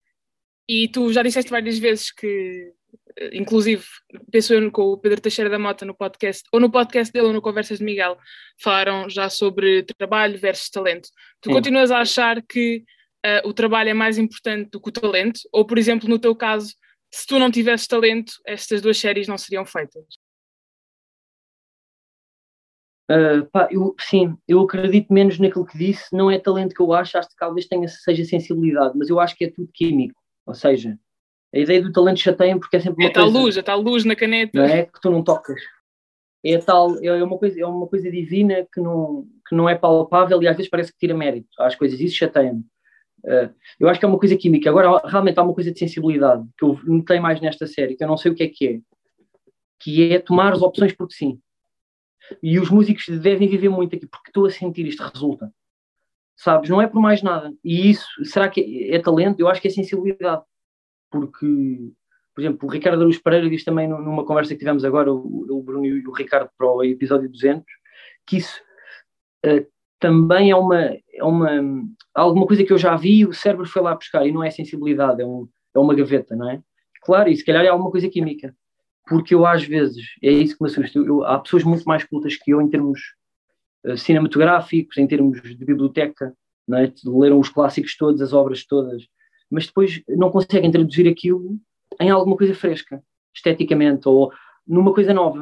e tu já disseste várias vezes que, inclusive, penso eu com o Pedro Teixeira da Mota no podcast, ou no podcast dele ou no Conversas de Miguel, falaram já sobre trabalho versus talento. Tu Sim. continuas a achar que uh, o trabalho é mais importante do que o talento? Ou, por exemplo, no teu caso, se tu não tivesses talento, estas duas séries não seriam feitas? Uh, pá, eu, sim, eu acredito menos naquilo que disse, não é talento que eu acho, acho que talvez tenha, seja sensibilidade, mas eu acho que é tudo químico, ou seja, a ideia do talento chateia porque é sempre uma é tal coisa... luz, é tal luz na caneta. Não é que tu não tocas, é tal, é uma coisa, é uma coisa divina que não, que não é palpável e às vezes parece que tira mérito às coisas, isso chateia-me. Uh, eu acho que é uma coisa química, agora realmente há uma coisa de sensibilidade que eu notei mais nesta série, que eu não sei o que é que é, que é tomar as opções porque sim. E os músicos devem viver muito aqui, porque estou a sentir isto resulta. Sabes? Não é por mais nada. E isso, será que é, é talento? Eu acho que é sensibilidade. Porque, por exemplo, o Ricardo Araújo Pereira diz também numa conversa que tivemos agora, o, o Bruno e o Ricardo para o episódio duzentos, que isso uh, também é uma, é uma alguma coisa que eu já vi, o cérebro foi lá buscar, e não é sensibilidade, é, um, é uma gaveta, não é? Claro, e se calhar é alguma coisa química. Porque eu às vezes, é isso que me assusta, eu, eu, há pessoas muito mais cultas que eu em termos uh, cinematográficos, em termos de biblioteca, não é? Leram os clássicos todos, as obras todas, mas depois não conseguem traduzir aquilo em alguma coisa fresca, esteticamente, ou numa coisa nova.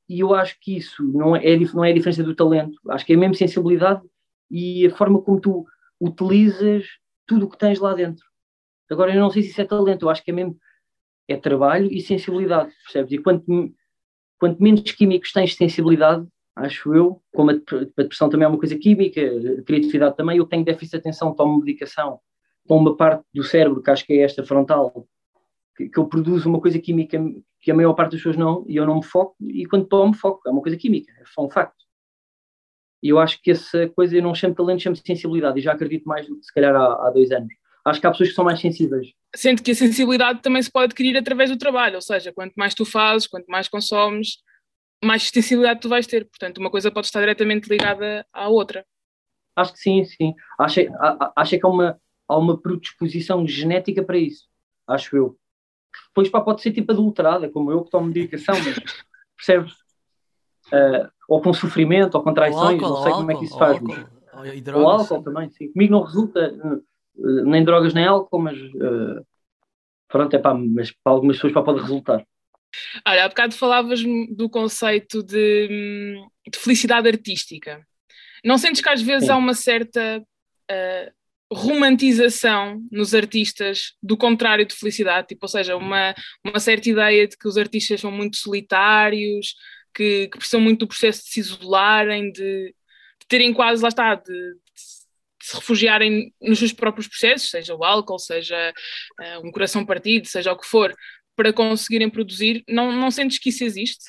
e eu acho que isso não é, não é a diferença do talento, acho que é mesmo sensibilidade e a forma como tu utilizas tudo o que tens lá dentro. Agora, eu não sei se isso é talento, eu acho que é mesmo é trabalho e sensibilidade, percebes? E quanto, quanto menos químicos tens de sensibilidade, acho eu, como a depressão também é uma coisa química, a criatividade também, eu tenho déficit de atenção, tomo medicação, com uma parte do cérebro, que acho que é esta frontal, que, que eu produzo uma coisa química que a maior parte das pessoas não, e eu não me foco, e quando tomo, foco, é uma coisa química, é só um facto. E eu acho que essa coisa eu não chamo talento, chamo sensibilidade, e já acredito mais do que se calhar há, há dois anos. Acho que há pessoas que são mais sensíveis. Sendo que a sensibilidade também se pode adquirir através do trabalho, ou seja, quanto mais tu fazes, quanto mais consomes, mais sensibilidade tu vais ter. Portanto, uma coisa pode estar diretamente ligada à outra. Acho que sim, sim. Acho, acho que há uma, há uma predisposição genética para isso. Acho eu. Depois pá, pode ser tipo adulterada, como eu que tomo medicação, mas percebes? Uh, ou com sofrimento, ou com traições, álcool, não sei álcool, como é que isso faz. álcool, Mas... e drogas, ou álcool sim. Também, sim. Comigo não resulta uh, nem drogas nem álcool, mas uh, pronto, é pá, mas para algumas pessoas pá, pode resultar. Olha, há bocado falavas do conceito de, de felicidade artística. Não sentes que às vezes sim. há uma certa uh, romantização nos artistas do contrário de felicidade? Tipo, ou seja, uma, uma certa ideia de que os artistas são muito solitários, que, que precisam muito do processo de se isolarem, de, de terem quase, lá está, de, de se refugiarem nos seus próprios processos, seja o álcool, seja uh, um coração partido, seja o que for, para conseguirem produzir. Não, não sentes que isso existe?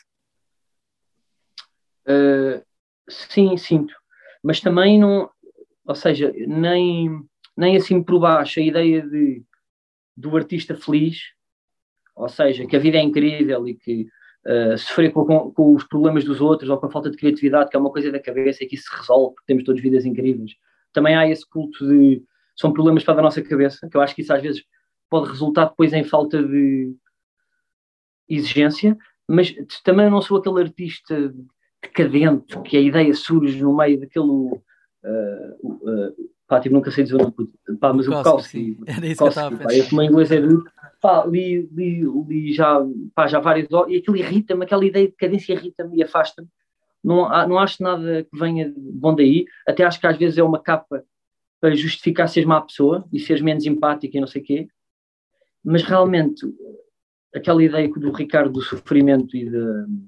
Uh, sim, sinto. Mas também não, ou seja, nem, nem assim por baixo a ideia de, do artista feliz, ou seja, que a vida é incrível e que uh, sofrer com, com, com os problemas dos outros ou com a falta de criatividade, que é uma coisa da cabeça e que isso se resolve porque temos todas vidas incríveis. Também há esse culto de, são problemas para a nossa cabeça, que eu acho que isso às vezes pode resultar depois em falta de exigência, mas também não sou aquele artista decadente, que a ideia surge no meio daquele uh, uh, pá, tipo, nunca sei dizer o nome, pá, mas o Bukowski, era isso que eu estava a pensar. Esse meu inglês é de, pá, li, li, li já, pá, já várias horas, e aquilo irrita-me, aquela ideia de decadência irrita-me e afasta-me. Não, não acho nada que venha bom daí, até acho que às vezes é uma capa para justificar seres má pessoa e seres menos empática e não sei o quê, mas realmente aquela ideia do Ricardo do sofrimento e de...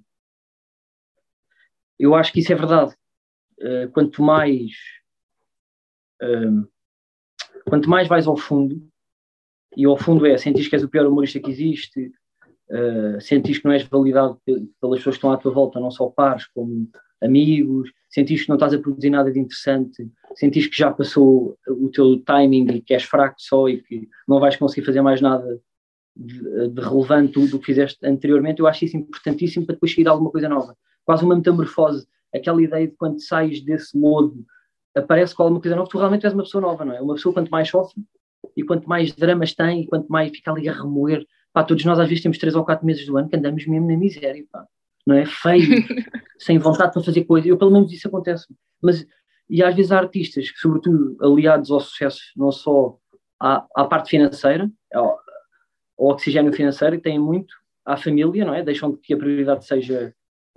eu acho que isso é verdade. Uh, quanto mais uh, quanto mais vais ao fundo, e ao fundo é sentir que és o pior humorista que existe, uh, sentir que não és validado pelas pessoas que estão à tua volta, não só pares como amigos, sentir que não estás a produzir nada de interessante, sentir que já passou o teu timing e que és fraco só e que não vais conseguir fazer mais nada de, de relevante do que fizeste anteriormente. Eu acho isso importantíssimo para depois sair alguma coisa nova. Quase uma metamorfose, aquela ideia de quando sais desse modo, aparece com alguma coisa nova, tu realmente és uma pessoa nova, não é? Uma pessoa quanto mais sofre e quanto mais dramas tem e quanto mais fica ali a remoer, pá, todos nós às vezes temos três ou quatro meses do ano que andamos mesmo na miséria, pá, não é? Feio, sem vontade para fazer coisa. Eu pelo menos isso acontece. Mas, e às vezes há artistas que, sobretudo aliados ao sucesso, não só à, à parte financeira, ao, ao oxigênio financeiro, que têm muito, à família, não é? Deixam de que a prioridade seja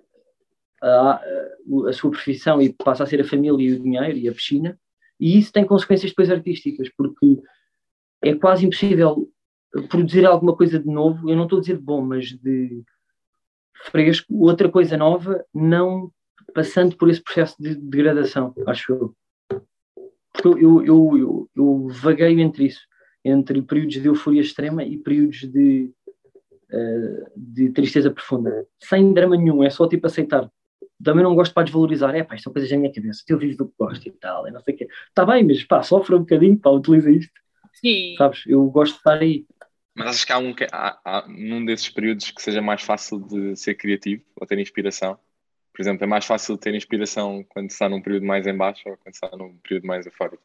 A, a, a sua profissão e passa a ser a família e o dinheiro e a piscina, e isso tem consequências depois artísticas, porque é quase impossível produzir alguma coisa de novo, eu não estou a dizer de bom, mas de fresco, outra coisa nova, não passando por esse processo de degradação, acho eu. Porque eu, eu, eu, eu vagueio entre isso, entre períodos de euforia extrema e períodos de, uh, de tristeza profunda, sem drama nenhum, é só tipo aceitar. Também não gosto para desvalorizar, é pá, isto são coisas da minha cabeça, eu vivo do que gosto e tal, e não sei o quê. Está bem, mas pá, sofre um bocadinho, pá, utiliza isto. Sim. Sabes, eu gosto de estar aí. Mas achas que há, um, há, há num desses períodos que seja mais fácil de ser criativo ou ter inspiração? Por exemplo, é mais fácil ter inspiração quando se está num período mais em baixo ou quando se está num período mais eufórico?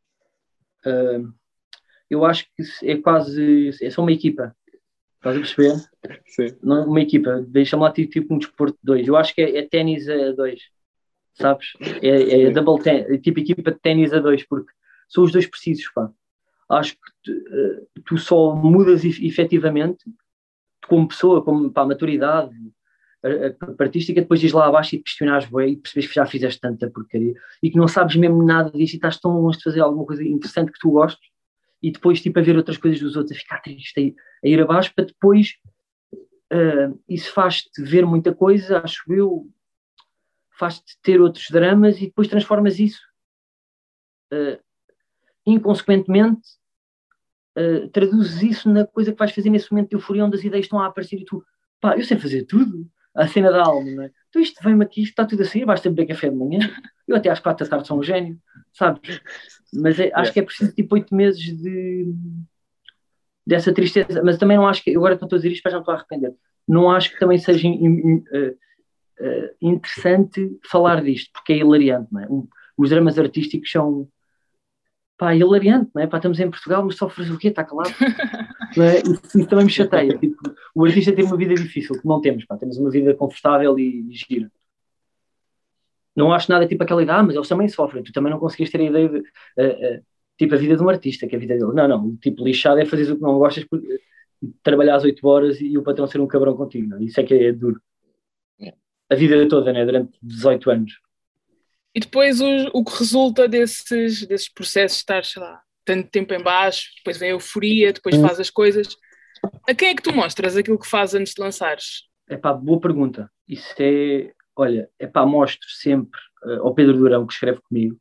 Uh, eu acho que é quase, é só uma equipa. Estás a perceber? Sim. Não uma equipa, deixa-me lá tipo um desporto de dois. Eu acho que é, é ténis a dois, sabes? É, é double ten, é tipo equipa de ténis a dois, porque são os dois precisos, pá. Acho que tu, uh, tu só mudas efetivamente como pessoa, como para a maturidade, a, a artística, depois diz lá abaixo e te questionares bué, e percebes que já fizeste tanta porcaria e que não sabes mesmo nada disso e estás tão longe de fazer alguma coisa interessante que tu gostes e depois tipo a ver outras coisas dos outros, a ficar triste, a ir, a ir abaixo para depois uh, isso faz-te ver muita coisa, acho eu, faz-te ter outros dramas e depois transformas isso uh, inconsequentemente, uh, traduzes isso na coisa que vais fazer nesse momento de euforia onde as ideias estão a aparecer e tu, pá, eu sei fazer tudo, a cena da alma, não é? Então isto vem-me aqui, isto está tudo a sair, basta beber café de manhã, eu até às quatro da tarde sou um gênio, sabes? Mas é, acho yeah. que é preciso tipo oito meses de dessa tristeza, mas também não acho que, agora estou a dizer isto, mas não estou a arrepender, não acho que também seja in, in, uh, uh, interessante falar disto, porque é hilariante, não é? Um, os dramas artísticos são, pá, hilariante, não é? Pá, estamos em Portugal, mas sofres o quê? Está calado? Não é? Isso, isso também me chateia, tipo, o artista tem uma vida difícil, que não temos, pá, temos uma vida confortável e, e gira. Não acho nada tipo aquela ideia, ah, mas eles também sofrem, tu também não conseguiste ter a ideia de, uh, uh, tipo a vida de um artista, que é a vida dele. Não, não, o tipo lixado é fazer o que não gostas, porque, trabalhar às oito horas e o patrão ser um cabrão contigo, não? Isso é que é duro. A vida toda, né? Durante dezoito anos. E depois o, o que resulta desses, desses processos de estar, sei lá, tanto tempo em baixo, depois vem a euforia, depois faz as coisas. A quem é que tu mostras aquilo que faz antes de lançares? É pá, boa pergunta. Isso é... Olha, é pá, mostro sempre uh, ao Pedro Durão, que escreve comigo,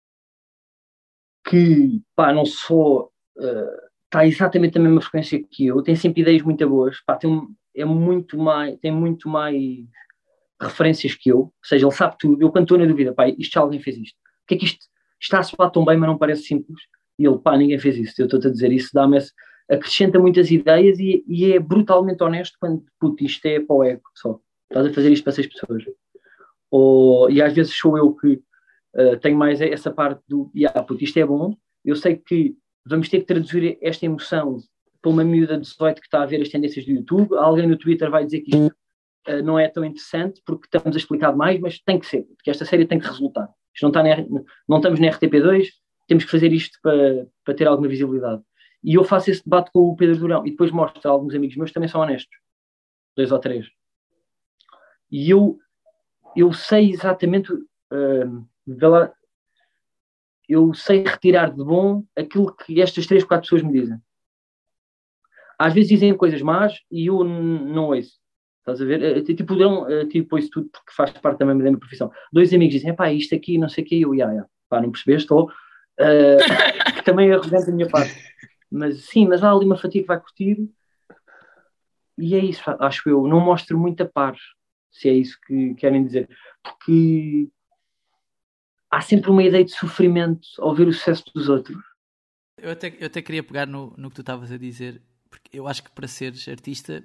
que, pá, não só está uh, exatamente na mesma frequência que eu, tem sempre ideias muito boas, pá, tem, é muito mais, tem muito mais referências que eu, ou seja, ele sabe tudo. Eu, quando estou na dúvida, pá, isto já alguém fez isto. O que é que isto está a soar tão bem, mas não parece simples? E ele, pá, ninguém fez isso. Eu estou-te a dizer isso, dá-me esse, acrescenta muitas ideias e, e é brutalmente honesto quando, puto, isto é para o ego só. Estás a fazer isto para seis pessoas. Ou, e às vezes sou eu que uh, tenho mais essa parte do, yeah, puto, isto é bom, eu sei que vamos ter que traduzir esta emoção para uma miúda de dezoito que está a ver as tendências do YouTube, alguém no Twitter vai dizer que isto uh, não é tão interessante porque estamos a explicar mais, mas tem que ser, porque esta série tem que resultar. Isto não, está na, não estamos na R T P dois, temos que fazer isto para, para ter alguma visibilidade. E eu faço esse debate com o Pedro Durão e depois mostro a alguns amigos meus que também são honestos, dois ou três. E eu eu sei exatamente, uh, lá, eu sei retirar de bom aquilo que estas três, quatro pessoas me dizem. Às vezes dizem coisas más e eu n- não ouço. Estás a ver? É, tipo, não, é, tipo, ouço tudo porque faz parte também da minha profissão. Dois amigos dizem, pá, isto aqui, não sei o que, eu, ia, ia. Pá, não percebeste? Ou, uh, que também é arrogante da minha parte. Mas sim, mas há ali uma fatia que vai curtir e é isso, acho eu. Não mostro muita par, se é isso que querem dizer. Porque há sempre uma ideia de sofrimento ao ver o sucesso dos outros. Eu até, eu até queria pegar no, no que tu estavas a dizer, porque eu acho que para seres artista,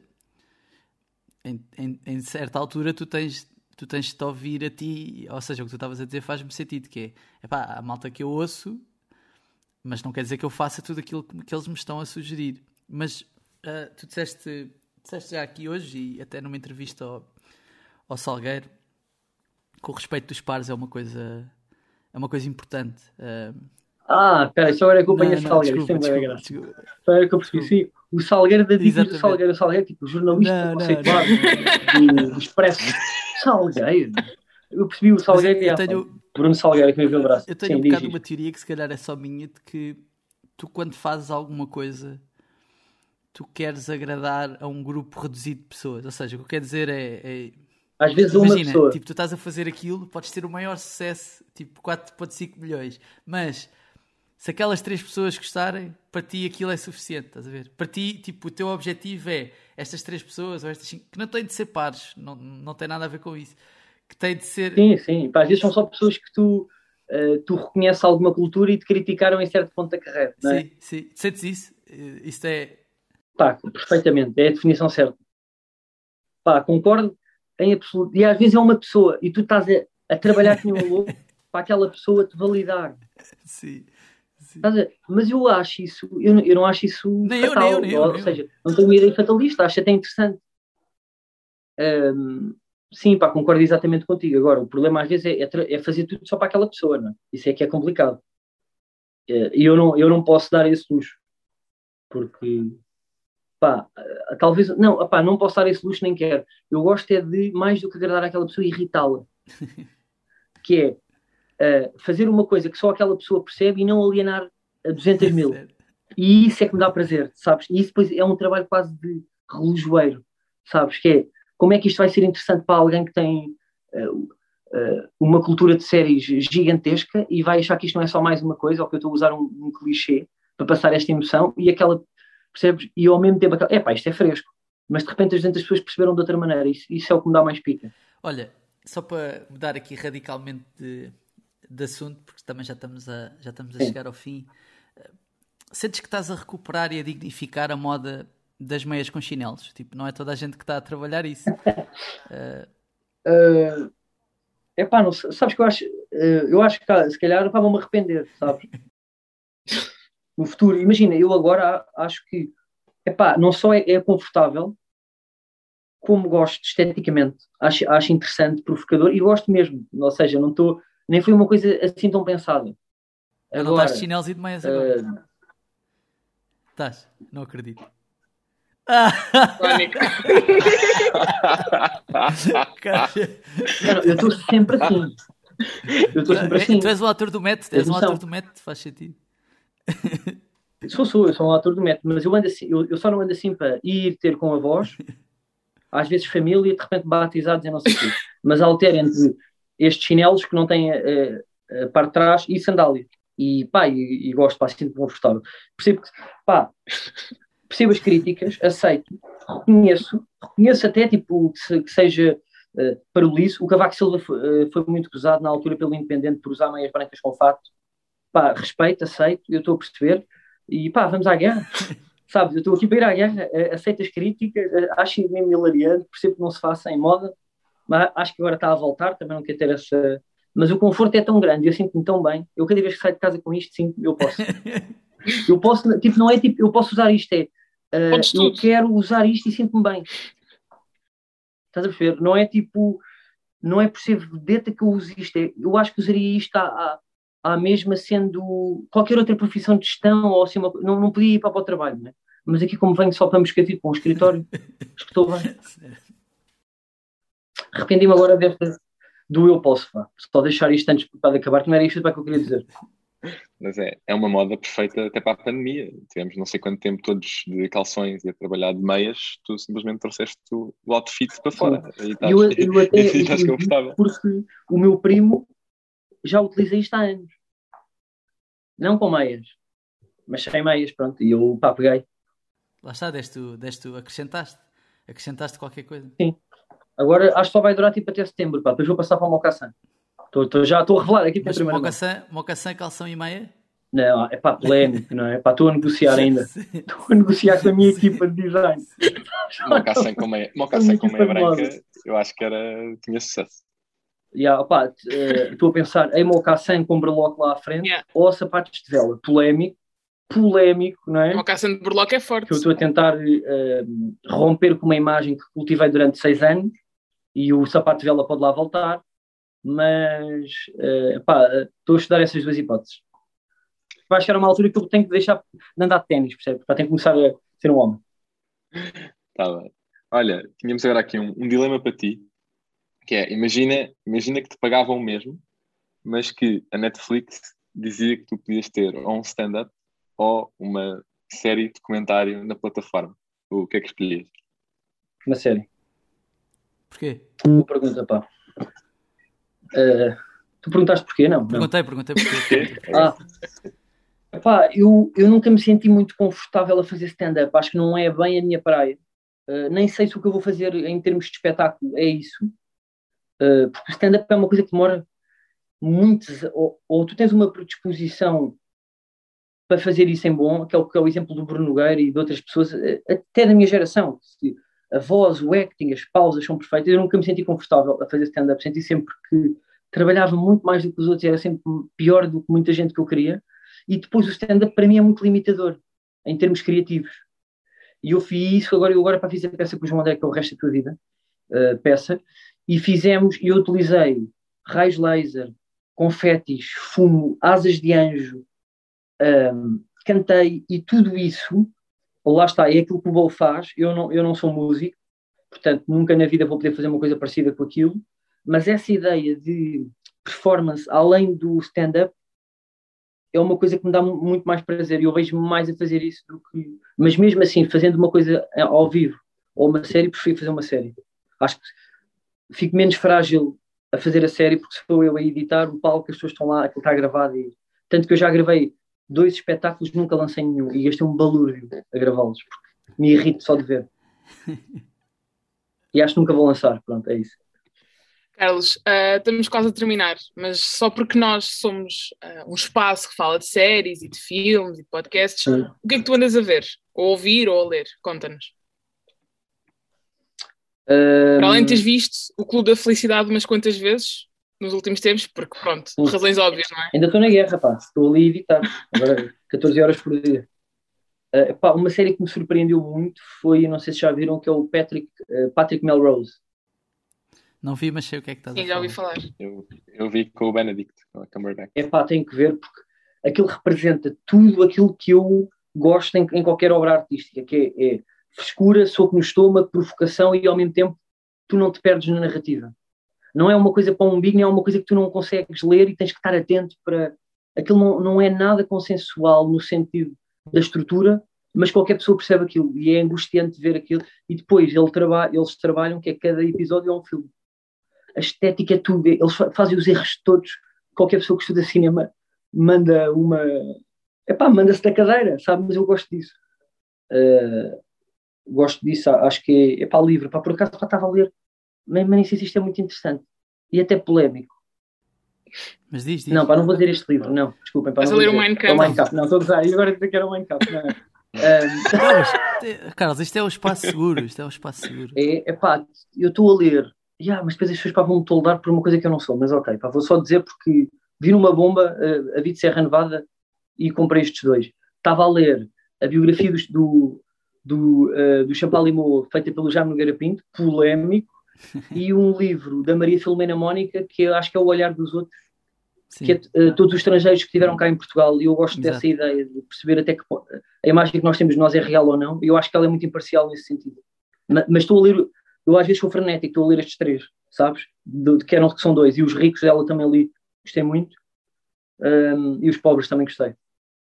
em, em, em certa altura tu tens, tu tens de te ouvir a ti, ou seja, o que tu estavas a dizer faz-me sentido, que é, epá, a malta que eu ouço, mas não quer dizer que eu faça tudo aquilo que, que eles me estão a sugerir. Mas uh, tu disseste, disseste já aqui hoje, e até numa entrevista ao, ao Salgueiro, com o respeito dos pares é uma coisa, é uma coisa importante. Uh, ah, espera, isso agora é que eu ponho a Salgueiro, desculpa, isso é desculpa, desculpa, Só era que eu percebi, sim, o Salgueiro da dica do Salgueiro, o Salgueiro, tipo, jornalista conceituado do, do Expresso. Salgueiro? Eu percebi o Salgueiro eu, e eu tenho, Bruno Salgueiro que me viu o braço. Eu tenho sim, um bocado isto. uma teoria que se calhar é só minha, de que tu, quando fazes alguma coisa, tu queres agradar a um grupo reduzido de pessoas. Ou seja, o que eu quero dizer é... é às vezes imagina, uma pessoa. Tipo, tu estás a fazer aquilo, podes ter o maior sucesso, tipo quatro vírgula cinco milhões, mas se aquelas três pessoas gostarem, para ti aquilo é suficiente, estás a ver? Para ti, tipo, o teu objetivo é estas três pessoas, ou estas cinco, que não têm de ser pares, não, não tem nada a ver com isso, que têm de ser... Sim, sim, pá, às vezes são só pessoas que tu, uh, tu reconheces alguma cultura e te criticaram em certo ponto da carreira, não é? Sim, sim, sentes isso? Isto é... Pá, perfeitamente, é a definição certa. Pá, concordo em absoluto. E às vezes é uma pessoa e tu estás a, a trabalhar com um louco para aquela pessoa te validar. Sim. Sim. Mas eu acho isso, eu não, eu não acho isso nem fatal, eu, nem eu, nem ou, eu, ou seja, não tenho uma ideia fatalista, acho até interessante. Um, sim, pá, concordo exatamente contigo. Agora, o problema às vezes é, é, é fazer tudo só para aquela pessoa, não é? Isso é que é complicado. E eu não, eu não posso dar esse luxo, porque pá, uh, talvez, não, opá, não posso dar esse luxo, nem quero. Eu gosto é de, mais do que agradar àquela pessoa, irritá-la. Que é uh, fazer uma coisa que só aquela pessoa percebe e não alienar a duzentos mil. E isso é que me dá prazer, sabes? E isso depois é um trabalho quase de relojoeiro, sabes? Que é, como é que isto vai ser interessante para alguém que tem uh, uh, uma cultura de séries gigantesca e vai achar que isto não é só mais uma coisa, ou que eu estou a usar um, um clichê para passar esta emoção, e aquela, percebes? E ao mesmo tempo, aquela, epá, isto é fresco. Mas de repente as pessoas perceberam de outra maneira. Isso, isso é o que me dá mais pica. Olha, só para mudar aqui radicalmente de, de assunto, porque também já estamos a, já estamos a chegar ao fim. Sentes que estás a recuperar e a dignificar a moda das meias com chinelos? Tipo, não é toda a gente que está a trabalhar isso. uh... Uh, epá, não, sabes que eu acho, uh, eu acho que se calhar pá, vou-me arrepender, sabes? No futuro, imagina, eu agora acho que epá, não só é, é confortável, como gosto esteticamente, acho, acho interessante, provocador, e gosto mesmo. Ou seja, não estou, nem foi uma coisa assim tão pensada. Agora, não estás de chinelos e de meias agora? Uh, Estás? Não acredito. Não, eu estou sempre assim. Eu estou sempre assim. Tu és o ator do método, és um ator do método, faz sentido. Sou, sou, eu sou um ator do método, mas eu ando assim, eu, eu só não ando assim para ir ter com avós, às vezes família, de repente batizados e não sei o quê. Mas altero entre estes chinelos que não têm a, a, a parte de trás e sandália. E pá, e, e gosto, pá, sinto-me confortável. Percebo que, pá, percebo as críticas, aceito, reconheço, reconheço até, tipo, que, se, que seja uh, parolice. O Cavaco Silva foi, uh, foi muito gozado na altura pelo Independente por usar meias brancas com fato. Pá, respeito, aceito, eu estou a perceber. E pá, vamos à guerra. Sabes, eu estou aqui para ir à guerra, uh, aceito as críticas, uh, acho mesmo hilariante, percebo que não se faça em moda, mas acho que agora está a voltar, também não quero ter essa... Mas o conforto é tão grande, eu sinto-me tão bem. Eu cada vez que saio de casa com isto, sinto, eu posso. Eu posso, tipo, não é tipo, eu posso usar isto, é uh, eu quero usar isto e sinto-me bem. Estás a perceber? Não é tipo, não é por ser vedeta que eu uso isto, é, eu acho que usaria isto à, à, à mesma sendo qualquer outra profissão de gestão, ou assim, uma, não, não podia ir para, para o trabalho, né? Mas aqui como venho só para Moscatito, para um escritório, acho que estou bem. Arrependi-me agora desta... do eu posso, pá. Só deixar isto antes de acabar, que não era isto para que eu queria dizer. Mas é, é uma moda perfeita até para a pandemia. Tivemos não sei quanto tempo todos de calções e a trabalhar de meias, tu simplesmente trouxeste o, o outfit para fora. Sim. E estás, eu, eu até e estás confortável. Porque o meu primo já utiliza isto há anos. Não com meias, mas sem meias, pronto. E eu, pá, peguei. Lá está, deste, deste, acrescentaste. Acrescentaste qualquer coisa. Sim. Agora acho que só vai durar tipo até setembro, pá. Depois vou passar para o Mocassin. Tô, tô, já estou a revelar aqui para a primeira Mocassin, Mocassin, calção e meia? Não, é pá, polémico, não é? Pá, estou a negociar ainda. Estou a negociar com a minha equipa de design. Mocassin com meia, Mocassin com meia branca, eu acho que era, tinha sucesso. Yeah, opá, estou uh, a pensar em Mocassin com berloque lá à frente, yeah, ou sapatos de vela. Polémico, polémico, não é? Mocassin de berloque é forte. Que eu estou a tentar uh, romper com uma imagem que cultivei durante seis anos, e o sapato de vela pode lá voltar, mas uh, pá, estou a estudar essas duas hipóteses. Vai chegar a uma altura que eu tenho que deixar de andar de ténis, percebe? Para ter que começar a ser um homem. Tá bem. Olha, tínhamos agora aqui um, um dilema para ti, que é, imagina, imagina que te pagavam o mesmo, mas que a Netflix dizia que tu podias ter ou um stand-up ou uma série de documentário na plataforma. O que é que escolhias? Uma série. Porquê? Boa pergunta, pá. Uh, tu perguntaste porquê, não? Perguntei, não. perguntei porquê. Ah, pá, eu, eu nunca me senti muito confortável a fazer stand-up. Acho que não é bem a minha praia. Uh, nem sei se o que eu vou fazer em termos de espetáculo é isso. Uh, porque o stand-up é uma coisa que demora muitos... Ou, ou tu tens uma predisposição para fazer isso em bom, que é o, que é o exemplo do Bruno Nogueira e de outras pessoas, até da minha geração. A voz, o acting, as pausas são perfeitas. Eu nunca me senti confortável a fazer stand-up. Senti sempre que trabalhava muito mais do que os outros e era sempre pior do que muita gente que eu queria. E depois o stand-up para mim é muito limitador em termos criativos. E eu fiz isso, agora eu agora para fiz a peça com o João André, que é o resto da tua vida, uh, peça, e fizemos, e eu utilizei raios laser, confetis, fumo, asas de anjo, um, cantei, e tudo isso lá está, é aquilo que o Bo faz. Eu não, eu não sou músico, portanto, nunca na vida vou poder fazer uma coisa parecida com aquilo, mas essa ideia de performance além do stand-up é uma coisa que me dá muito mais prazer e eu vejo-me mais a fazer isso do que... Mas mesmo assim, fazendo uma coisa ao vivo ou uma série, prefiro fazer uma série. Acho que fico menos frágil a fazer a série porque sou eu a editar o palco, as pessoas estão lá, aquilo está gravado e... Tanto que eu já gravei dois espetáculos, nunca lancei nenhum e gastei um balúrdio a gravá-los porque me irrito só de ver. E acho que nunca vou lançar, pronto, é isso. Carlos, uh, estamos quase a terminar, mas só porque nós somos uh, um espaço que fala de séries e de filmes e de podcasts, Sim. O que é que tu andas a ver? Ou a ouvir ou a ler? Conta-nos. Um... Para além de teres visto o Clube da Felicidade umas quantas vezes nos últimos tempos, porque pronto, por razões óbvias, não é? Ainda estou na guerra, pá, estou ali a editar, agora catorze horas por dia. Uh, pá, uma série que me surpreendeu muito foi, não sei se já viram, que é o Patrick, uh, Patrick Melrose. Não vi, mas sei o que é que estás Sim, a já falar. ouvi falar. Eu, eu vi com o Benedict, com a Cumberbatch. É pá, tenho que ver, porque aquilo representa tudo aquilo que eu gosto em, em qualquer obra artística, que é, é frescura, soco no estômago, provocação e ao mesmo tempo tu não te perdes na narrativa. Não é uma coisa para um umbigo, nem é uma coisa que tu não consegues ler e tens que estar atento para... Aquilo não, não é nada consensual no sentido da estrutura, mas qualquer pessoa percebe aquilo e é angustiante ver aquilo. E depois ele traba... eles trabalham que é cada episódio é um filme. A estética é tudo, eles fazem os erros todos. Qualquer pessoa que estuda cinema manda uma... Epá, manda-se da cadeira, sabe? Mas eu gosto disso. Uh, gosto disso, acho que é, epá, livre. Epá, por acaso já estava a ler, mas nem sei se isto é muito interessante. E até polémico. Mas diz, diz. Não, pá, não vou dizer este livro, não. Desculpem. Pá, Estás não a ler vou o Mein dizer. É o Kampf? Mein Kampf. Não, estou a usar. E agora dizer que era o Mein Kampf. Não. Um... Não, mas, Carlos, isto é o espaço seguro. Isto é o espaço seguro. É, epá, eu estou a ler... Yeah, mas depois as pessoas pá, vão-me toldar por uma coisa que eu não sou, mas ok, pá, vou só dizer porque vi numa bomba uh, a Vida de Serra Nevada e comprei estes dois. Estava a ler a biografia do, do, do, uh, do Champalimau feita pelo Jaime Nogueira Pinto, polémico, e um livro da Maria Filomena Mónica que eu acho que é O Olhar dos Outros, Sim. que é uh, todos os estrangeiros que estiveram cá em Portugal, e eu gosto Exato. Dessa ideia de perceber até que a imagem que nós temos de nós é real ou não, e eu acho que ela é muito imparcial nesse sentido. Mas, mas estou a ler... Eu às vezes sou frenético, estou a ler estes três, sabes? De, de que, eram, que são dois. E os ricos dela também li, gostei muito. Um, e os pobres também gostei.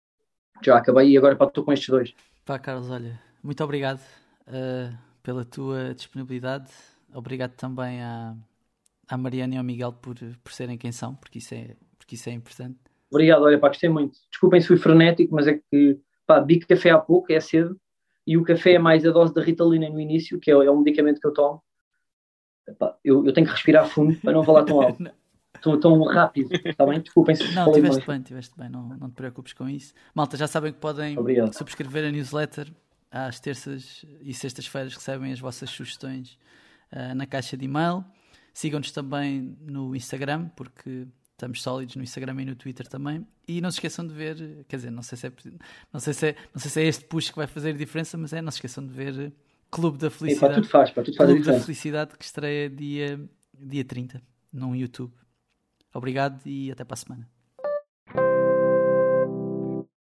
Já acabei e agora pá, estou com estes dois. Pá, Carlos, olha, muito obrigado uh, pela tua disponibilidade. Obrigado também à, à Mariana e ao Miguel por, por serem quem são, porque isso é, porque isso é importante. Obrigado, olha, pá, gostei muito. Desculpem se fui frenético, mas é que, pá, bebi café há pouco, é cedo. E o café é mais a dose da Ritalina no início, que é, é um medicamento que eu tomo. Epá, eu, eu tenho que respirar fundo para não falar tão alto. Tão, tão rápido, está bem? Desculpem se Não, estiveste bem, estiveste bem, não, não te preocupes com isso. Malta, já sabem que podem Obrigado. Subscrever a newsletter. Às terças e sextas-feiras recebem as vossas sugestões uh, na caixa de e-mail. Sigam-nos também no Instagram, porque... Estamos sólidos no Instagram e no Twitter também. E não se esqueçam de ver, quer dizer, não sei se é, não sei se é, não sei se é este push que vai fazer a diferença, mas é, não se esqueçam de ver Clube da Felicidade. Sim, pá, tudo faz, pá, tudo faz Clube da Felicidade, que estreia dia, dia trinta no YouTube. Obrigado e até para a semana.